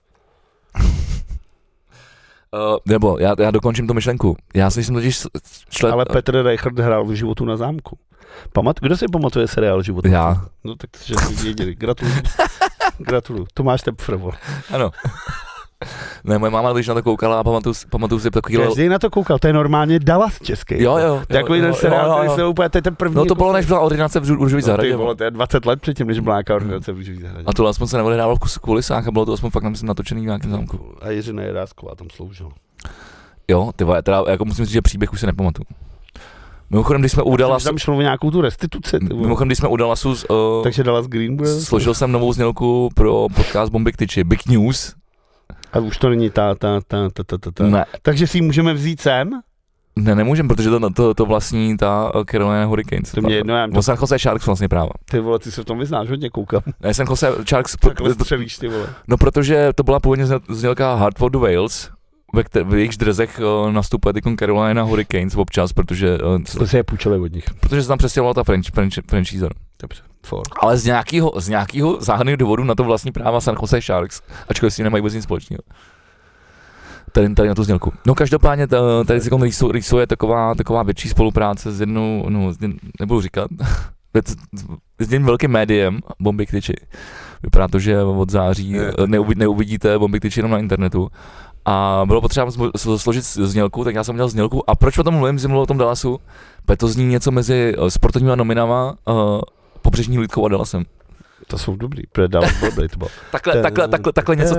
Uh, nebo já, já dokončím tu myšlenku. Já si myslím totiž... Člen... Ale Petr Reichert hrál v Životu na zámku. Pamat, kdo si pamatuje seriál Život? Já. No tak že jsi věděli. Gratuluju. Gratuluju. Tomáš Tepfr. Ano. Ne, moje máma, když na to koukala a pamatuju, pamatuju si takový... Každý na to koukal, to je normálně Dallas český. Jo, jo. To je takový ten seriál, který se úplně, to je ten první... No to bylo, než byla ordinace v Růžový zahradě. No, bylo, to je dvacet let předtím, než byla nějaká ordinace v Růžový zahradě. A to aspoň se neodehrávalo v kulisách a bylo to aspoň fakt myslím natočený v nějakém zámku. A Jiřina Jirásková tam sloužila. Jo, ty vole, teda jako musím říct, že příběh už se nepamatuju. Mimochodem, když jsme u Dallasu... Tam šlo o nějakou tu restituci. Mimochodem, když jsme u Dallasu... Uh, Takže Dallas Green bude... Složil jsem novou znělku pro podcast Bomby k tyči, Big News. A už to není ta, ta, ta, ta, ta, ta, ta. Ne. Takže si ji můžeme vzít sem? Ne, nemůžem, protože to, to, to vlastní ta Carolina Hurricanes. To mě jedno, já to... San Jose Sharks vlastně práva. Ty vole, ty se v tom vyznáš, hodně koukám. Ne, San Jose Sharks... Takhle střelíš, ty vole. No, protože to byla původně znělka Hartford Whales, ve kter- v jejich drzech uh, nastupuje teď Carolina Hurricanes občas, protože... Uh, to se je půjčili od nich. Protože se tam přestěhovala ta franch, franch, franchise. Dobře, for. Ale z nějakého, z nějakého záhadného důvodu na to vlastní práva San Jose Sharks, ačkoliv si nemají vůbec nic společného. Tady, tady na tu znělku. No každopádně tady se rýsuje taková, taková větší spolupráce s jednou, no nebudu říkat, s jedním velkým médiem, Bombay Tyči. Vypadá to, že od září neuvidí, neuvidíte Bombay Tyči jenom na internetu. A bylo potřeba složit znělku, tak já jsem udělal znělku. A proč o tom mluvím, že mluvil o tom Dallasu? Protože to zní něco mezi sportovníma nominama, uh, Pobřežní hlídkou a Dallasem. To jsou dobrý, protože Dallas byl dobrý, to bylo. Takhle, takhle, takhle, takhle něco.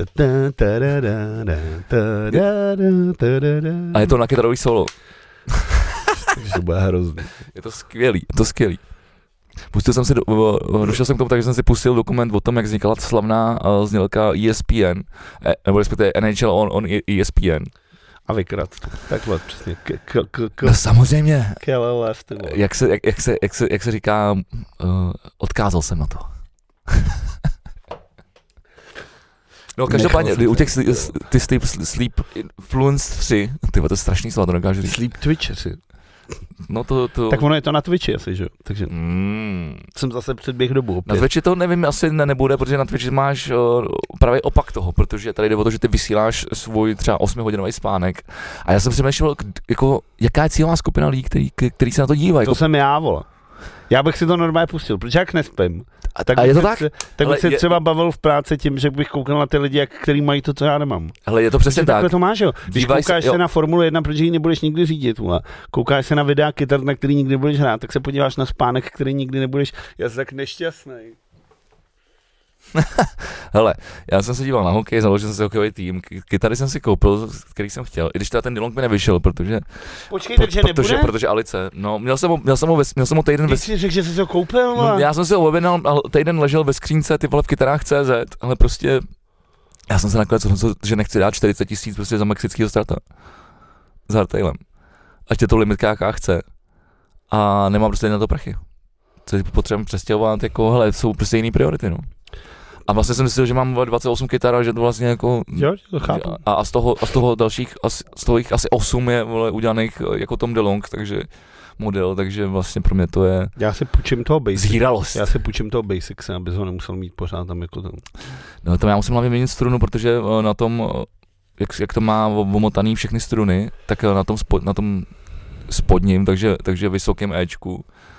A je to na kytarový solo. Takže to bude hrozný. Je to skvělý, je to skvělý. Pustil jsem si, do, došel jsem k tomu tak, že jsem si pustil dokument o tom, jak vznikala slavná uh, znělka E S P N, eh, nebo respektive N H L on, on E S P N. A vykrát to. Takhle přesně. K, k, k, k, no samozřejmě. K L L F, ty vole. Jak se, jak, jak, se, jak, se, jak se říká, uh, odkázal jsem na to. No každopádně, u těch ty Sleep, sleep Influence tři, ty to je strašný slovo, to nedokážu říct. Sleep Twitcheři. No to, to... Tak ono je to na Twitchi asi, že jo? Takže mm. jsem zase předběh dobu opět. Na Twitchi to nevím, asi ne, nebude, protože na Twitchi máš uh, právě opak toho, protože tady jde o to, že ty vysíláš svůj třeba osmihodinový spánek a já jsem si myslel, jako, jaká je cílová skupina lidí, který, který se na to dívají. To jako... jsem já, vole. Já bych si to normálně pustil, protože jak nespím. A, tak a je to tak? Se, tak bych se je... třeba bavil v práci tím, že bych koukal na ty lidi, jak, který mají to, co já nemám. Ale je to přesně tak. Takhle to máš, jo. Když Dívaj koukáš se, se na Formulu jedna, protože ji nebudeš nikdy řídit, vole. Koukáš se na videa kytar, na který nikdy nebudeš hrát, tak se podíváš na spánek, který nikdy nebudeš. Já jsem tak nešťastný. Hele, já jsem se díval na hokej, založil jsem si hokejový tým, kytary jsem si koupil, který jsem chtěl, i když teda ten DeLong mi nevyšel, protože... Počkej, takže nebude? Protože, protože Alice, no, měl jsem ho, měl jsem ho, ve, měl jsem ho týden ve... Ty jsi řekl, že jsi ho koupil, no, já jsem si ho objednal, týden ležel ve skřínce, ty vole v kytarách C Z, ale prostě... Já jsem se nakonec rozhodl, že nechci dát čtyřicet tisíc prostě za mexického starta. Za hardtailem. Ať je to limitka, jaká chce. A nemám prostě na to prachy. Co potřebujeme přestěhovat, jako, hele, jsou prostě jiný priority, no. A vlastně jsem myslel, že mám dvacet osm kytar a že to vlastně jako... Jo, to chápu. A, a, z toho, a z toho dalších, z toho jich asi osm je vole, udělaných jako Tom DeLonge, takže model, takže vlastně pro mě to je... Já si půjčím toho Basic. Zhýralost. Já si půjčím toho Basics, abys ho nemusel mít pořád tam jako tam. No to já musím hlavně měnit strunu, protože na tom, jak, jak to má omotaný všechny struny, tak na tom, spod, na tom spodním, takže, takže vysokém Ečku,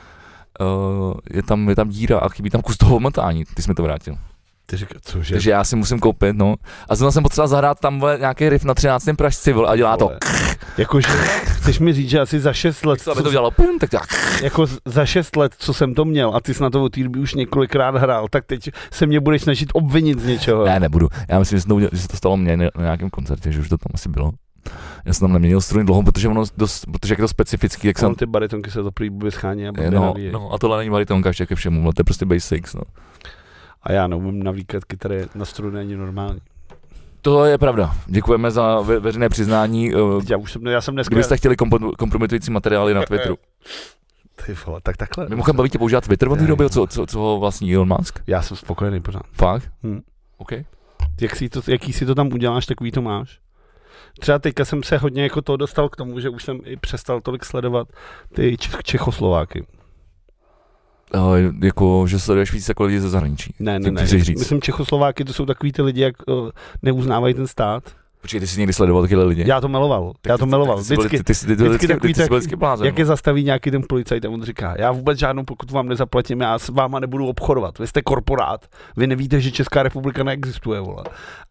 uh, je, tam, je tam díra a chybí tam kus toho omotání, ty jsi mi to vrátil. Ty říká, cože? Takže já si musím koupit, no. A zrovna jsem potřeboval zahrát tam nějaký riff na třináctém pražci, a dělá to. Jakože, chceš mi říct, že asi za šest let... Co, aby to dělalo pum, tak tak. Jako za šest let, co jsem to měl, a ty jsi na to od té doby už několikrát hrál, tak teď se mě budeš snažit obvinit z něčeho. Ne, nebudu. Já myslím, že se to, udělal, že se to stalo mně na nějakém koncertě, že už to tam asi bylo. Já jsem tam neměnil struny dlouho, protože ono dost, protože jak je to specifický, jak jsem... ty baritonky se to prý schání a no, no, a tohle není baritonka ještě ke všemu, to je prostě basics, no. A já neumím navíkat kytary na struny ani normální. To je pravda. Děkujeme za ve, veřejné přiznání. Já už jsem, já jsem dneska... Kdybyste chtěli kompo- kompromitující materiály na Twitteru. Ty vole, tak takhle. Mimochodem baví tě používat Twitter od té doby, co, co, co ho vlastní Elon Musk? Já jsem spokojený pořád. Fakt? Hm. OK. Jak si to, jaký si to tam uděláš, takový to máš. Třeba teďka jsem se hodně jako to dostal k tomu, že už jsem i přestal tolik sledovat ty Čechoslováky. Uh, jako, že sleduješ víc jako lidi ze zahraničí. Ne, ne, ne. Myslím, Čechoslováky to jsou takový ty lidi, jak uh, neuznávají ten stát. Počkej, ty jsi někdy sledoval takyhle lidi? Já to miloval, já to miloval. Vždycky, vždycky takový tak, jak je zastaví nějaký ten policajt a on říká, já vůbec žádnou pokutu vám nezaplatím, já s váma nebudu obchodovat, vy jste korporát, vy nevíte, že Česká republika neexistuje, vole.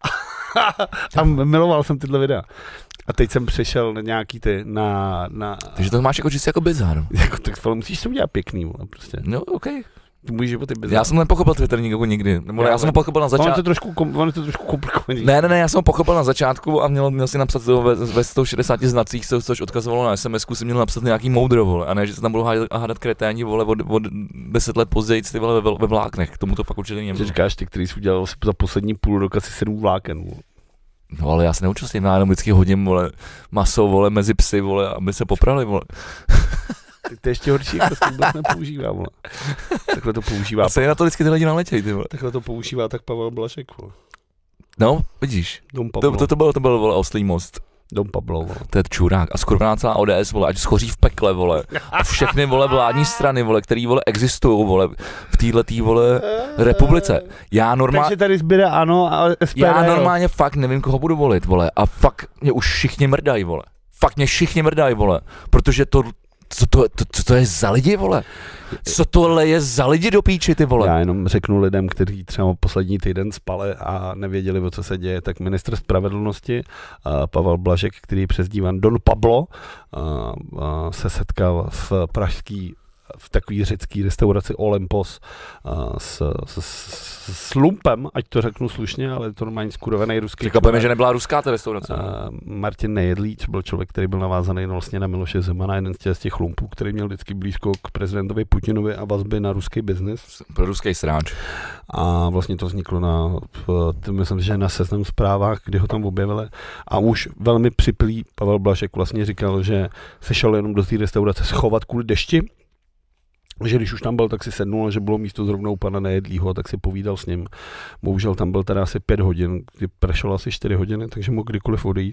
A miloval jsem tyhle videa. A teď jsem přešel na nějaký ty, na... na Takže to máš jako čistě jako bizar. Jako, tak musíš to udělat pěkný, vole, prostě. No, OK. Můj život je bizar. Já jsem nepochopil Twitter nikdy, nikdy. Nebo já, já jsem ho pochopil na začátku. On je to trošku, on je to trošku komplikovaný. Ne, ne, ne, já jsem ho pochopil na začátku a měl, měl si napsat to ve, ve sto šedesáti znacích, což odkazovalo na SMSku, si měl napsat nějaký moudro, vole, a ne, že se tam budou hádat kreténi, vole, od, od deset let později, ty vole, ve, ve vláknech, k tomu to fakt určitě neměl. Ty říkáš ty, který jsi udělal za poslední půl rok asi sedm vláken, vole. No ale já se neúčastním, já jenom vždycky hodím, vole, maso, vole, mezi psy, vole, aby se poprali, vole. To je ještě horší, to se vůbec nepoužívá, vole. Takhle to používá. A se na to vždycky ty lidi naletějí, ty vole. Takhle to používá tak Pavel Blažek, vole. No, vidíš. Dom Pablo. To, to, to byl, to byl, vole, Oslý most. Dom Pablo, vole. To je čurák. A skoro celá O D S, vole, ať schoří v pekle, vole. A všechny, vole, vládní strany, vole, který, vole, existují, vole, v téhletý, vole, republice. Já normálně... Takže tady zbyde ANO a S P D. Já normálně fakt nevím, koho budu volit, vole. A fakt mě už všichni mrdají, vole. Fakt mě všichni mrdají, vole. Protože to... Co to, to, co to je za lidi, vole? Co tohle je za lidi do píči, ty vole? Já jenom řeknu lidem, kteří třeba poslední týden spali a nevěděli, o co se děje, tak ministr spravedlnosti uh, Pavel Blažek, který je přezdívan Don Pablo, uh, uh, se setkal v pražský v takový řecký restauraci Olympos uh, s, s, s, s lumpem, ať to řeknu slušně, ale je to normálně skurvený ruský. Překvapujeme, že nebyla ruská ta restaurace. Uh, Martin Nejedlý, co byl člověk, který byl navázaný vlastně na Miloše Zemana, jeden z těch lumpů, který měl vždycky blízko k prezidentovi Putinovi a vazby na ruský biznis. Pro ruský sráč. A vlastně to vzniklo na, myslím, že na Seznam Zprávách, kdy ho tam objevili. A už velmi připlý Pavel Blažek vlastně říkal, že se šel jenom do té restaurace schovat kvůli dešti, že když už tam byl, tak si sednul a že bylo místo zrovna u pana Nejedlýho, tak si povídal s ním. Bohužel tam byl teda asi pět hodin, kdy pršelo asi čtyři hodiny, takže mohl kdykoliv odejít.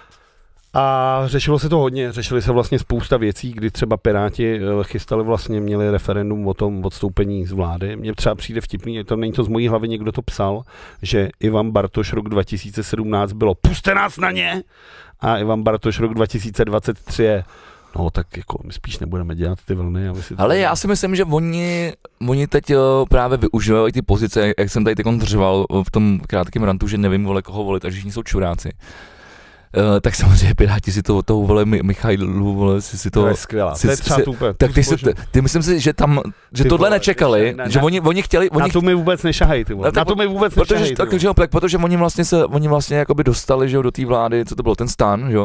A řešilo se to hodně, řešili se vlastně spousta věcí, kdy třeba Piráti chystali vlastně, měli referendum o tom odstoupení z vlády. Mně třeba přijde vtipný, to není to z mojí hlavy, někdo to psal, že Ivan Bartoš rok dva tisíce sedmnáct bylo puste nás na ně a Ivan Bartoš rok dva tisíce dvacet tři je no tak jako my spíš nebudeme dělat ty vlny. Aby si ale já si myslím, že oni, oni teď jo, právě využívají ty pozice, jak jsem tady teď držoval v tom krátkém rantu, že nevím, vole, koho volit, a že všichni jsou čuráci. Uh, tak samozřejmě Piráti si to, toho vole Michailu, vole, si, si to... To je skvělá, si, to je třeba si, tupe, tak ty, si, ty, ty myslím si, že tam, že ty tohle vole, nečekali, ne, ne, že oni, oni chtěli... Oni na to mi vůbec nešahají, ty vole, na to mi vůbec protože, nešahají, tak, takže, tak, protože oni vlastně se, oni vlastně jakoby dostali, že jo, do té vlády, co to bylo, ten stan, že jo?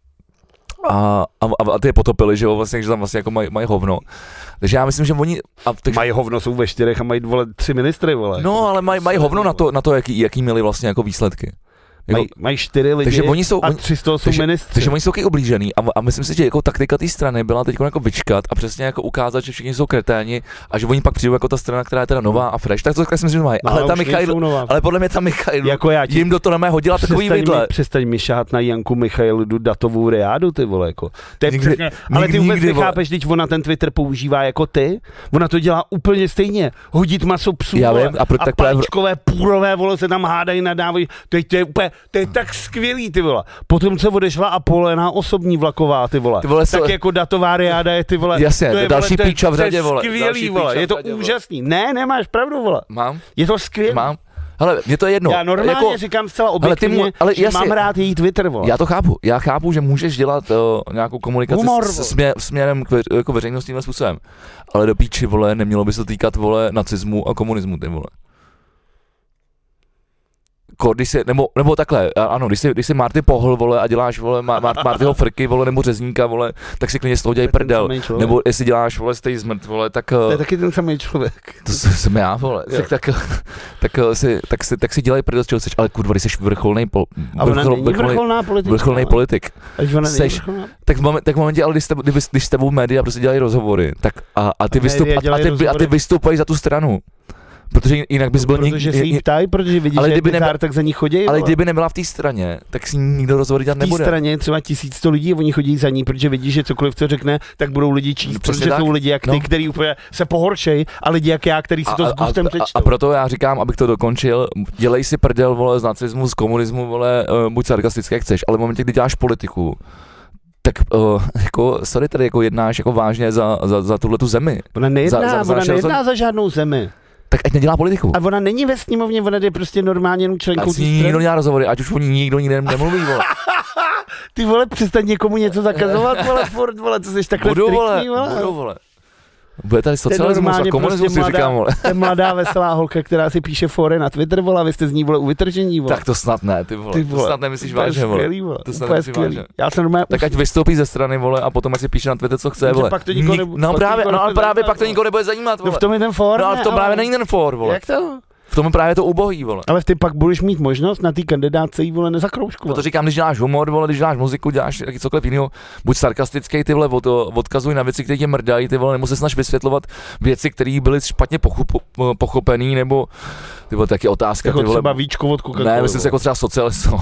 A, a, a ty je potopili, že jo, vlastně, že tam vlastně jako mají maj hovno. Takže já myslím, že oni... A, takže, mají hovno, jsou ve čtyřech a mají vole tři ministry, vole. No, ale mají maj hovno na to, na to jaký, jaký měli vlastně jako výsledky. Jako, mají, mají čtyři lidi takže oni jsou, a tři z toho jsou takže, ministři. Takže oni jsou taky oblížený a, a myslím si, že jako taktika té strany byla teď jako vyčkat a přesně jako ukázat, že všichni jsou kreténi a že oni pak přijdou jako ta strana, která je teda nová a fresh. Tak to si myslím, že mají. No, ale, ta Michail, ale podle mě ta Michail, jako já ti, jim do toho nemá hodila takový vidle. Přestaň mi šát na Janku Michailu datovou riádu, ty vole, jako. To je nikdy, přesně, ale ty vůbec nechápeš, když ona ten Twitter používá jako ty, ona to dělá úplně stejně. Hodit maso psů, já vím, a, pro, a paličkové, půrové, vole, se tam hádají, nadávají. To je, to je úplně, to je tak skvělý, ty vole. Potom se odešla Apolena osobní vlaková, ty vole. Ty vole tak so... jako datová riáda je, ty vole. Jasně, to je, další vole, píča v řadě, vole. To je skvělý, vole. Je to úžasný. Ne, nemáš pravdu, vole. Mám. Je to skvělý. Mám. Ale mě to je jedno. Já normálně jako, říkám zcela objektivně, ale, ty, ale že jasně, mám rád její Twitter, vole. Já to chápu. Já chápu, že můžeš dělat uh, nějakou komunikaci Humor, s, směr, směrem k ve, jako veřejnosti tímhle způsobem. Ale do píči, vole, nemělo by se týkat, vole, nacismu a komunismu, ty vole. Když si, nebo, nebo takhle, ano, když si, když si Marty pohl, vole, a děláš, vole, Mar- Martyho frky, vole, nebo řezníka, vole, tak si klidně z toho dělej prdel. Nebo jestli děláš, vole, stej zmrt, vole, tak... To je taky ten samý člověk. To jsem já, vole, tak, tak, tak, si, tak, si, tak si dělej prdel, z čeho seš, ale kurva, když jsi vrcholnej, pol, vrchol, vrcholná politik. Vrcholnej politik. Seš, tak, v momentě, tak v momentě, ale když, te, když, když s tebou média prostě dělají rozhovory, tak a, a ty, vystup, a, a ty, a ty vystupují za tu stranu. Protože jinak bys byl... Protože se jí ptají, protože vidíš, že je bizár, tak za ní chodí. Ale kdyby nebyla v té straně, tak si nikdo rozhovory dělat nebude. V té straně třeba tisíc sto lidí, oni chodí za ní, protože vidí, že cokoliv co řekne, tak budou lidi číst, přesně protože tak. Jsou lidi jak ty, no. Který úplně se pohoršej, a lidi jak já, který si to a, s gustem přečtou. A, a proto já říkám, abych to dokončil, dělej si prdel, vole, z nacismu, z komunismu, vole, uh, buď sarkastický, jak chceš, ale v momentě, kdy děláš politiku, tak uh, jako, sorry, tady jako jednáš jako vážně za, za, za tuhletu zemi. Ona nejedná, za, za, za ona nejedná rozhod... za žádnou zemi. Tak ať nedělá politiku. A ona není ve sněmovně, ona je prostě normálně jenom členkou té strany. Nikdo dělá rozhovory, ať už o ní nikdo nikdy nemluví, vole. Ty vole, přestaň někomu něco zakazovat, vole, furt, vole, co jsi takhle budu, striktní, vole. Budu, vole. Bude tady socialismus a komunismus, prostě si říkám, vole. To je mladá veselá holka, která si píše fóry na Twitter, vole, a vy jste z ní, vole, u vytržení, vole. Tak to snad ne, ty vole, ty vole. To snad nemyslíš vážně, vole. Skvělý, vole. To snad nemyslíš vážně. Já jsem normálně... Tak ať vystoupí ze strany, vole, a potom ať si píše na Twitter, co chce, vole. Pak to nikoho nebude, no právě, no ale právě pak to nikoho nebude zajímat, vole. No v tom je ten fór, no ale v tom právě není ten fór, vole. Jak to? v tom právě to ubohý, vole. Ale ty pak budeš mít možnost na té kandidátce jí, vole, nezakroužkovat. To říkám, když děláš humor, vole, když děláš muziku, děláš cokoliv jiného, buď sarkastický, ty vole, od, odkazuj na věci, které tě mrdají, ty vole, nebo se snaž vysvětlovat věci, které byly špatně pochop, pochopený, nebo ty vole, taky otázka, jako ty vole. třeba víčko od Coca-Coly. Ne, myslím si jako třeba socialisto.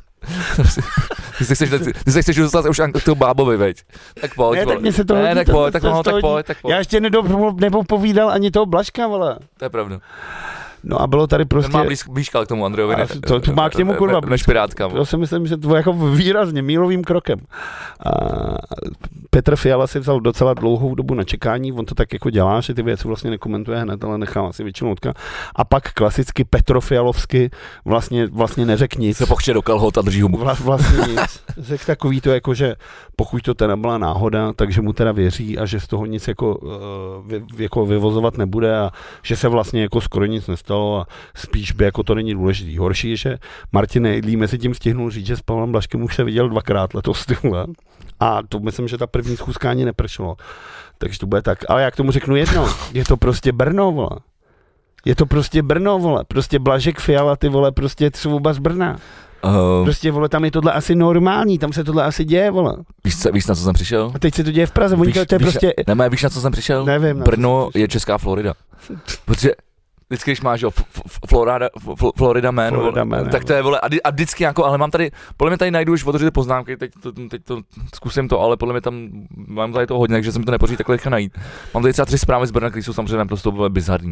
Ty se chceš, ty se chceš dostat už k tomu bábovi, veď. Tak pojď, ne, tak mě se to ne, hodí, tak to, pojď, tak, to, no, to tak pojď, tak pojď. Já ještě nepopovídal ani toho Blažka, vole. To je pravda. No a bylo tady prostě... Ten má blíž, blížka k tomu Andrejovi, ne, to, to má k němu kurva než Pirátka. To si myslím, že to jako výrazně, mílovým krokem. A Petr Fiala si vzal docela dlouhou dobu na čekání, on to tak jako dělá, že ty věci vlastně nekomentuje hned, ale nechává si většinou odka. A pak klasicky Petrofialovsky vlastně, vlastně neřek nic. Se pochče do kalhot a drží hubu. Vla, vlastně nic. Řekl takový to jako, že pokud to teda byla náhoda, takže mu teda věří a že z toho nic jako, vy, jako vyvozovat nebude a že se vlastně jako skoro nic nestalo a spíš by jako to není důležitý. Horší je, že Martin Nejedlý mezi tím stihnul říct, že s Pavlem Blažkem už se viděl dvakrát letos tyhle. A to myslím, že ta první schůzka ani nepršelo. Takže to bude tak. Ale já k tomu řeknu jedno. Je to prostě Brno, vole. Je to prostě Brno, vole. Prostě Blažek, Fiala, ty vole, prostě jsou oba z Brna. Uh, prostě, vole, tam je tohle asi normální, tam se tohle asi děje, vole. Víš, co, víš na co jsem přišel? A teď se to děje v Praze, víš, to je víš, prostě... Ne, víš na co jsem přišel? Nevím. Brno je česká Florida. Protože vždycky, když máš, jo, Florida, Florida man, Florida man, tak to je, vole, a vždycky jako, ale mám tady, podle mě tady najdu už otevřít poznámky, teď to, teď to zkusím to, ale podle mě tam, mám tady to hodně, takže se mi to nepodaří takhle rychle najít. Mám tady třeba tři zprávy z Brna, které jsou samozřejmě naprosto bizarní.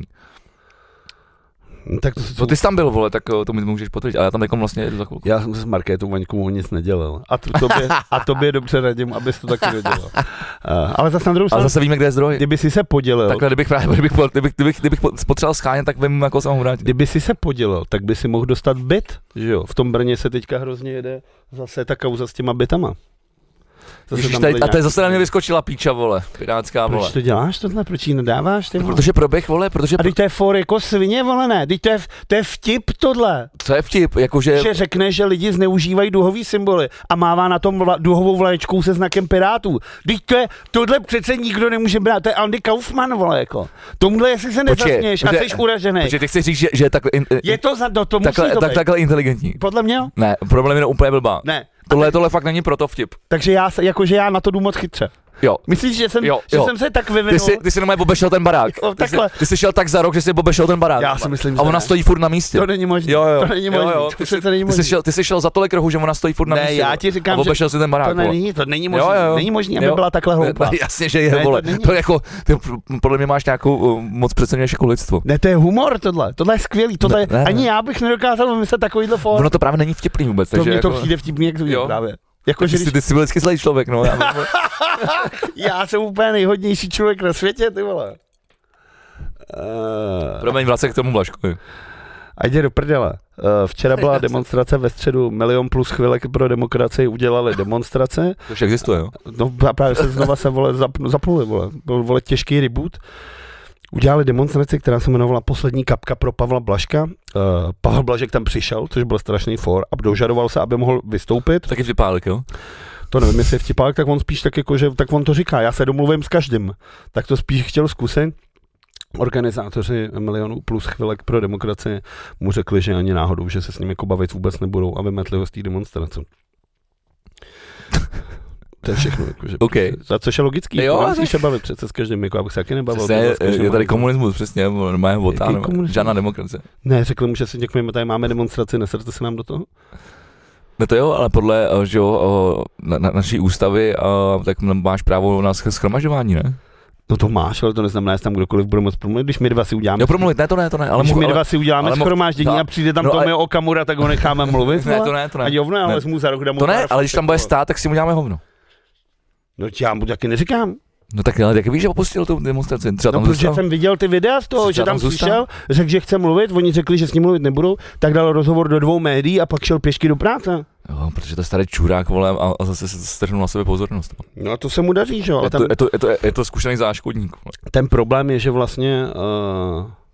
Tak to, to, ty jsi tam byl, vole, tak to mi můžeš potvrdit, ale já tam jako vlastně jedu za chvilku. Já jsem se s Markétou Vaňkou nic nedělal. A to, tobě, a tobě dobře radím, abys to taky nedělal. Uh, ale zase na druhou stranu. Ale zase víme, kde je zdroj. Kdyby si se podělil. Takhle, kdybych právě, kdybych, kdybych, kdybych, kdybych potřeboval schánět, tak vím, jako jsem ho vrátil. Kdyby si se podělil, tak by si mohl dostat byt, že jo? V tom Brně se teďka hrozně jede zase ta kauza s těma bytama. Ježiš, tady, a to je zase na mě vyskočila píča, vole, pirátská, vole. Proč to děláš tohle, proč ji nedáváš, ty vole? Protože proběh, vole, protože... A teď to je for jako svině, vole, ne, teď to je, to je vtip tohle. Co je vtip, jakože... Že řekne, že lidi zneužívají duhový symboly a mává na tom vla, duhovou vlaječkou se znakem Pirátů. Teď to je, tohle přece nikdo nemůže brát, to je Andy Kaufman, vole, jako. Tomuhle, jestli se nezasměješ a jsi uražený. Počkej, ty chceš říct, že, že je takhle... In, je to za, do to takhle, musí to tak, takhle inteligentní. Podle mě? Ne, problém je úplně blbá. Ne. Tohle, tohle fakt není proto vtip. Takže já, jakože já na to jdu moc chytře. Jo. Myslíš, že jsem, jo, že jo. jsem se tak vyvinul? Ty jsi, ty jsi normálně obešel ten barák. Jo, ty, jsi, ty jsi šel tak za rok, že jsi obešel ten barák. Já si myslím, a ona ne. stojí furt na místě. To není možné. Jo, jo. To není možné. Jo, jo. Ty, ty, není ty, jsi šel, ty jsi šel za tolik rohu, že ona stojí furt na ne, místě. Já ti říkám, a obešel si ten barák. To není, to není možné. Jo, jo. Není možné, aby byla takhle hloupá. Jasně, že je, ne, vole. To, to jako, ty podle mě máš nějakou uh, moc přeceňuješ jako lidstvo. Ne, to je humor tohle. Tohle je skvělý. Tohle ne, ne, ani ne. já bych nedokázal vymyslet takovýhle for. Ono to právě není vtipný vůbec. To mě to jako... přijde vtipný, jak to je právě. Jako, že ty, ty jsi byl vždycky zlej člověk, no. Já, já jsem úplně nejhodnější člověk na světě, ty vole. Uh... Promiň, vrát se k tomu Blažkovi. A jde do prdele. Uh, včera byla demonstrace ve středu, milion plus chvilek pro demokracii udělali demonstrace. To už existuje, jo? No právě se znova se vole zapnu, zapnuli, vole. Byl vole těžký reboot. Udělali demonstraci, která se jmenovala Poslední kapka pro Pavla Blažka. Uh, Pavel Blažek tam přišel, což byl strašný for a dožadoval se, aby mohl vystoupit. Taky vtipálek, jo? To nevím, jestli je vtipálek, tak on spíš tak jako, že tak on to říká, já se domluvím s každým. Tak to spíš chtěl zkusit. Organizátoři milionu plus chvilek pro demokracii mu řekli, že ani náhodou, že se s ním jako bavit vůbec nebudou a vymetli ho z té demonstrace. To je všechno, jakože, okay. Za což je logický, jo, jako, musíš se bavit přece s každým, jako abych se taky nebavil. Přesně, je, je tady komunismus, přesně, normálně votá, žádná demokracie. Ne, řekl mu, že si někdo, tady máme demonstraci, neserte se nám do toho? No to jo, ale podle že jo, na, na, naší ústavy tak máš právo na shromažďování, ne? No to máš, ale to neznamená, že tam kdokoliv bude moc promluvit, když my dva si uděláme. Jo, promluvit, ne, to ne, to ne. Ale když mu, my ale, dva si uděláme shromáždění a přijde tam no, Tomio Okamura, tak ho necháme mluvit. Ne, to ne, to ne. A hovno, ale mu za rok dám. To ne, ale když tam bude stát, tak si mu děláme hovno. No já mu taky neříkám. No tak ale jak víš, že opustil tu demonstraci? Třeba tam no, protože zůstal? jsem viděl ty videa z toho, třeba že tam, tam přišel, zůstal? řekl, že chce mluvit, oni řekli, že s ním mluvit nebudou, tak dal rozhovor do dvou médií a pak šel pěšky do práce. Jo, protože to je starý čurák, vole, a, a zase se strhnul na sebe pozornost. No a to se mu daří, že jo. Je, tam... je, to, je, to, je to zkušený záškodník. Vole. Ten problém je, že vlastně uh,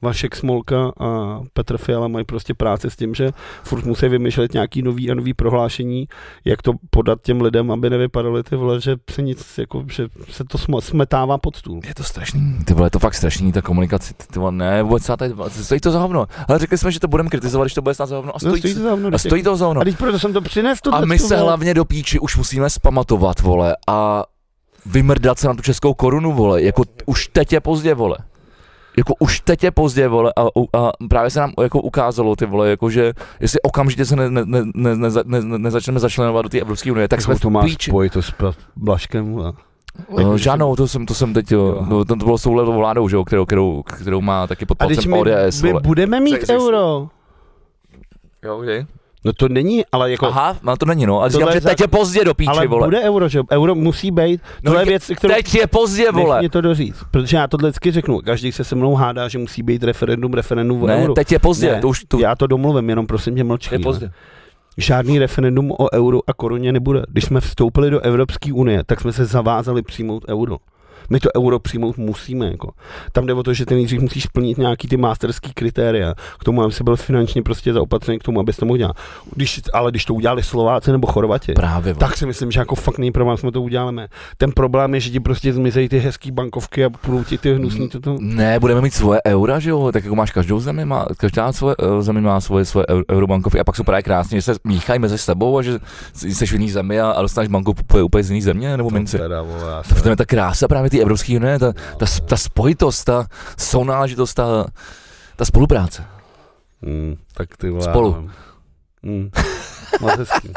Vašek Smolka a Petr Fiala mají prostě práce s tím, že furt musí vymýšlet nějaký nový a nový prohlášení, jak to podat těm lidem, aby nevypadaly ty vole, že se nic, jako, že se to smetává pod stůl. Je to strašný, ty vole, je to fakt strašný, ta komunikace, ty vole, ne, vůbec celá tady, stojí to za hovno, ale řekli jsme, že to budeme kritizovat, když to bude stát za hovno a stojí, no, stojí to za hovno. A stojí to za hovno. A teď proto jsem to přinesl. A my se hlavně do píči už musíme spamatovat, vole, a vymrdat se na tu českou korunu, vole, jako už teď je pozdě, vole. Jako už teď je pozdě, vole, a, a právě se nám jako ukázalo, ty vole, jako že jestli okamžitě se ne, ne, ne, ne, ne, ne, ne, nezačneme začlenovat do té Evropské unie, tak jako jsme to v píči. Spojit to s Blažkem, vole. No, žádnou, to jsem, to jsem teď, jo. No, to bylo s touhletou vládou, že jo, kterou, kterou, kterou má taky pod palcem O D S, vole. My budeme mít Řek, euro. Jo, kde? No to není, ale jako... Aha, no to není, no, ale říkám, že teď je pozdě do píči, ale vole. Ale bude euro, že euro musí být, no, tohle je věc, kterou... Teď je pozdě, vole. Nech mě to doříct, protože já tohle vždycky řeknu, každý se se mnou hádá, že musí být referendum, referendum o ne, euro. teď je pozdě, ne, to už tu... Já to domluvím, jenom prosím tě mlčky. Je pozdě. Žádný referendum o euro a koruně nebude. Když jsme vstoupili do Evropské unie, tak jsme se zavázali přijmout euro. My to euro přijmout musíme. Jako. Tam jde o to, že ty nejdřív musíš splnit nějaký ty masterský kritéria. K tomu, aby se byl finančně prostě zaopatřený k tomu, abys to mohl dělat. Když, ale když to udělali Slováci nebo Chorvati, právě, tak si myslím, že jako fakt není problém, jsme to uděláme. Ten problém je, že ti prostě zmizejí ty hezký bankovky a půjdou ti ty hnusný toto. Ne, budeme mít svoje eura, že jo? Tak jako máš každou zemi, má, každá svoje, zemi má svoje, svoje eurobankovky a pak jsou právě krásně, že se míchají mezi sebou a že jsi v jiný zemi a, a dostaneš bankovku úplně z jiný země nebo minci. To je ta krása právě ty Evropské unie, ta, ta, ta spojitost, ta sounáležitost, ta, ta spolupráce. Mm, tak ty vole. Spolu. Mm. Moc hezký.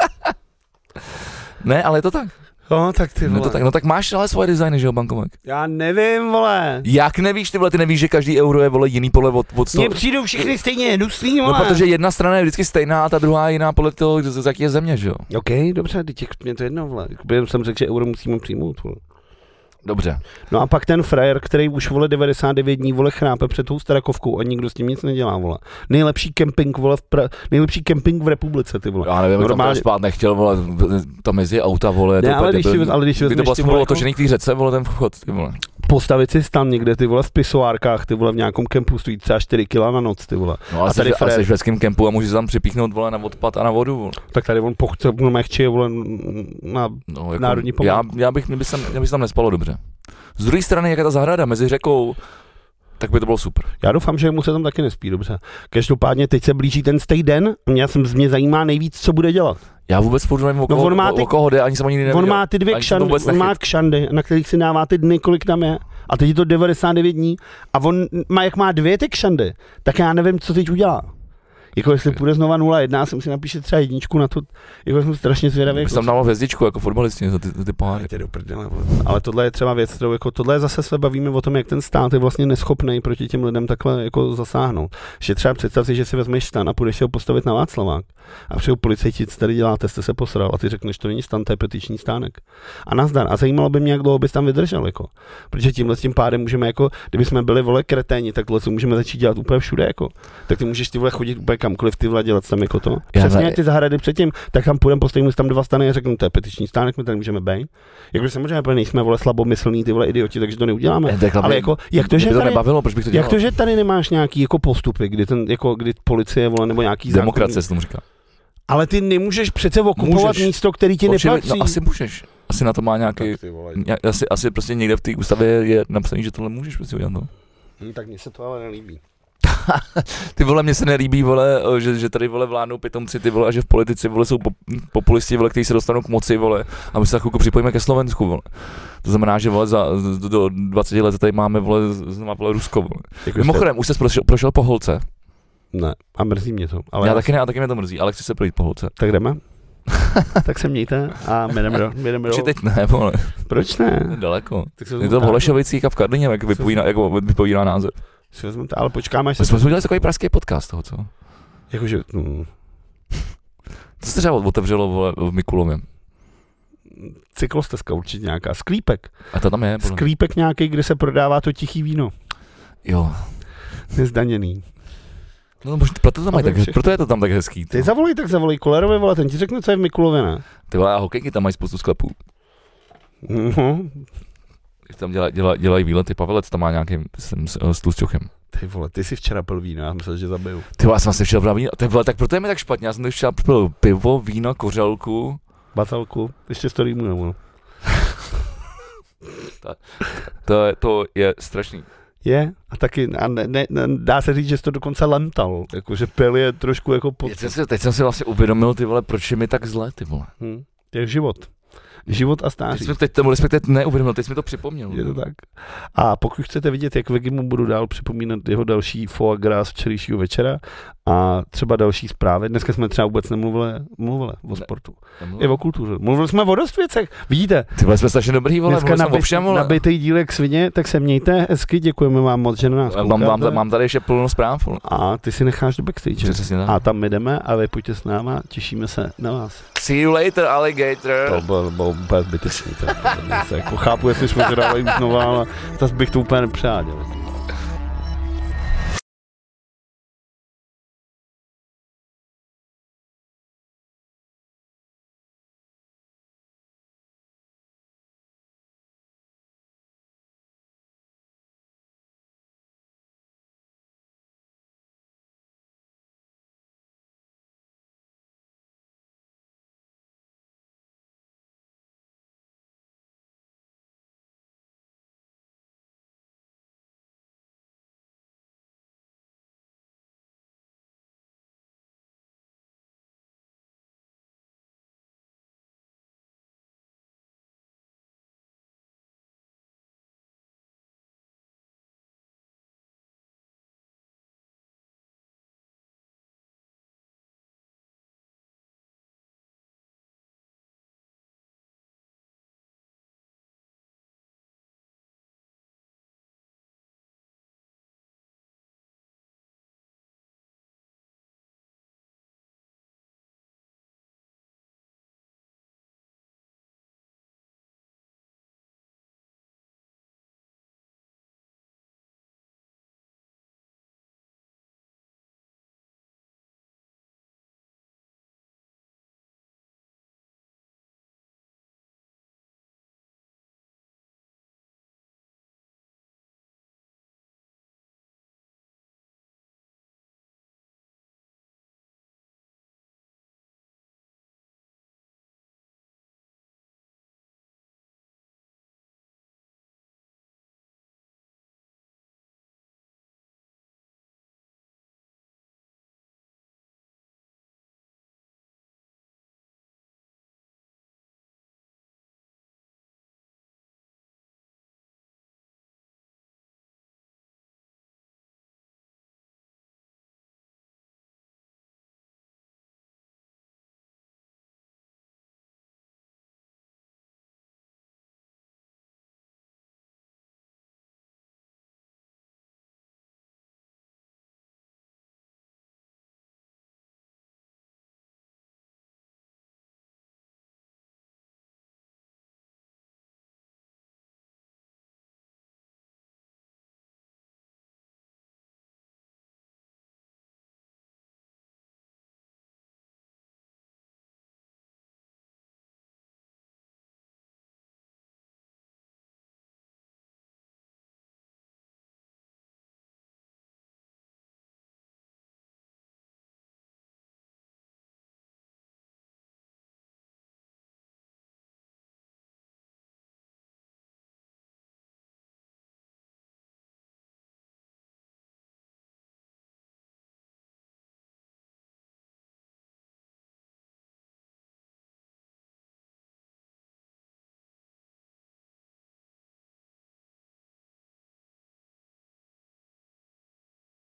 Ne, ale je to tak. No, tak ty vole. No, to tak, no tak máš ale svoje designy, že jo, bankovek? Já nevím, vole. Jak nevíš, ty vole, ty nevíš, že každý euro je, vole, jiný podle od, od Mně přijdou všichni stejně hnusný, vole. No, protože jedna strana je vždycky stejná a ta druhá je jiná podle toho, z jaké je země, že jo? OK, dobře, teď mě to jedno, vole. Jsem řekl, že euro musíme přijmout, vole. Dobře. No a pak ten frajer, který už vole devadesát devět dní vole chrápe před tou Starakovkou a nikdo s tím nic nedělá, vole. Nejlepší kemping, vole, v pra... nejlepší kemping v republice, ty vole. Já nevím, normálně... tam spát nechtěl, vole, tam mezi auta, vole. Ne, to ale, když si, ale když si vezmeš, to bylo, bylo točený v té řece, vole, ten vchod, ty vole. Postavit si stan někde, ty vole, v pisoárkách, ty vole, v nějakém kempu stojí třeba čtyři kila na noc, ty vole. No, a tady jsi, frajer... jsi v hezkém kempu a můžeš tam připíchnout, vole, na odpad a na vodu, vole. Tak tady on pochce, no mechči, vole, na no, jako, národní pomoc. Já, já bych, mě by tam, mě by tam nespalo dobře. Z druhé strany, jak je ta zahrada mezi řekou, tak by to bylo super. Já doufám, že mu se tam taky nespí dobře. Každopádně teď se blíží ten stej den a mě, jsem, mě zajímá nejvíc, co bude dělat. Já vůbec furt nevím, o koho, no o, o koho jde, ani jsem ani nevěděl. On má ty dvě kšandy, on má kšandy, na kterých si dává ty dny, kolik tam je. A teď je to devadesát devět dní a on má, jak má dvě ty kšandy, tak já nevím, co teď udělá. Jako jestli půjde znova nula jedna, já jsem si napíše třeba jedničku na to, jako jsem strašně zvědavý. Jako jsem dal hvězdičku jako fotbalisti za ty, ty poháry. Ale tohle je třeba věc, kterou jako tohle zase se bavíme o tom, jak ten stát je vlastně neschopný proti těm lidem takhle jako zasáhnout. Že třeba představ si, že si vezmeš stan a půjdeš si ho postavit na Václavák. A přijou policajti, co tady děláte, jste se posral a ty řekneš, to není stan, to je petiční stánek. A nazdar. A zajímalo by mě, jak dlouho bys tam vydržel, jako. Protože tímhle s tím pádem můžeme jako, kdyby jsme byli vole kreténi, tak tohle co můžeme začít dělat úplně všude, jako. Tak ty můžeš ty vole chodit úplně kamkoliv ty vole dělat tam jako to. Přesně ty zahrady předtím, tak tam půjdeme, postavíme tam dva stany a řeknu, to je petiční stánek, my tady můžeme být. Jakože samozřejmě nejsme vole slabomyslní ty vole idioti, takže to neuděláme. Je, tak, ale jako jak to, že to tady, nebavilo, proč bych to dělal? Jak to, že tady nemáš nějaký jako postupy, kdy ten jako kdy policie vole nebo nějaký demokracie se tomu říká. Ale ty nemůžeš přece okupovat můžeš. Místo, který ti Určitě, nepatří. No asi můžeš. Asi na to má nějaký, asi, asi prostě někde v té ústavě je napsaný, že tohle můžeš prostě udělat. No. Hmm, tak mně se to ale nelíbí. Ty vole, mně se nelíbí, vole, že, že tady vole vládnou pitomci, ty vole, a že v politici vole jsou populisti, vole, kteří se dostanou k moci, vole, a my se chvilku připojíme ke Slovensku, vole. To znamená, že vole, za do dvacet let tady máme vole, znamená vole Rusko, vole. Jako mimochodem, už jsi prošel, prošel po holce? Ne, a mrzí mě to. Ale já, já taky ne, a taky mě to mrzí, ale chci se projít po holce. Tak jdeme. Tak se mějte a my jdeme do... My jdeme do... teď ne, vole. Proč ne? Daleko. Je to v Holešovicích a v Karlině, jak vypovídá, jak vypovídá název. Ale počkáme, až se... My jsme udělali takový pražský podcast toho, co? Jakože... Hmm. Co se třeba otevřelo, vole, v Mikulově? Cyklostezka určitě nějaká. Sklípek. A to tam je. Podle. Sklípek nějaký, kde se prodává to tichý víno. Jo. Nezdaněný. No možná proto, tam tak, proto je to tam tak hezký. Ty zavolej, tak zavolej Kolerovi, vole, ten ti řekne, co je v Mikulově, ne? Ty vole, a hokejky tam mají spoustu sklepů. Mhm. Když tam dělají dělaj, dělaj výlety, Pavelec tam má nějaký s Tlusťochem. Ty vole, ty jsi včera pil víno, já myslel, že zabiju. Ty vole, já jsem asi včera pil víno, ty vole, tak proto je mi tak špatně, já jsem včera pil pivo, víno, kořelku. Bacelku, ještě to rýmujeme. to, to, je, to je strašný. Je, a taky, a ne, ne, dá se říct, že jsi to dokonce lemtal, jakože pil je trošku jako pod... Teď jsem si, teď jsem si vlastně uvědomil, ty vole, proč je mi tak zlé, ty vole. Hmm, je život. Život a stáří. Teď jsme teď tomu respektive neuvědomil, teď jsme to připomněl. Je to tak. A pokud chcete vidět, jak Vegimu budu dál připomínat jeho další foie gras z včerejšího večera a třeba další zprávy, dneska jsme třeba vůbec nemluvili, mluvili o sportu. Je o kultuře. Mluvili jsme o dost věcech. Vidíte? Ty vole, jsme strašně dobrý, vole. Dneska nabit, nabitej dílek svině, tak se mějte hezky, děkujeme vám moc, že na nás mám, mám, mám tady ještě plno zpráv. Vole. A ty si necháš do backstage. A tam my jdeme a vy pojďte s náma, těšíme se na vás. See you later, alligator. To bylo, bylo úplně zbytečný. Jako chápu, jestli jsme to dávají už nová, ale zase bych to úplně nepřáděl.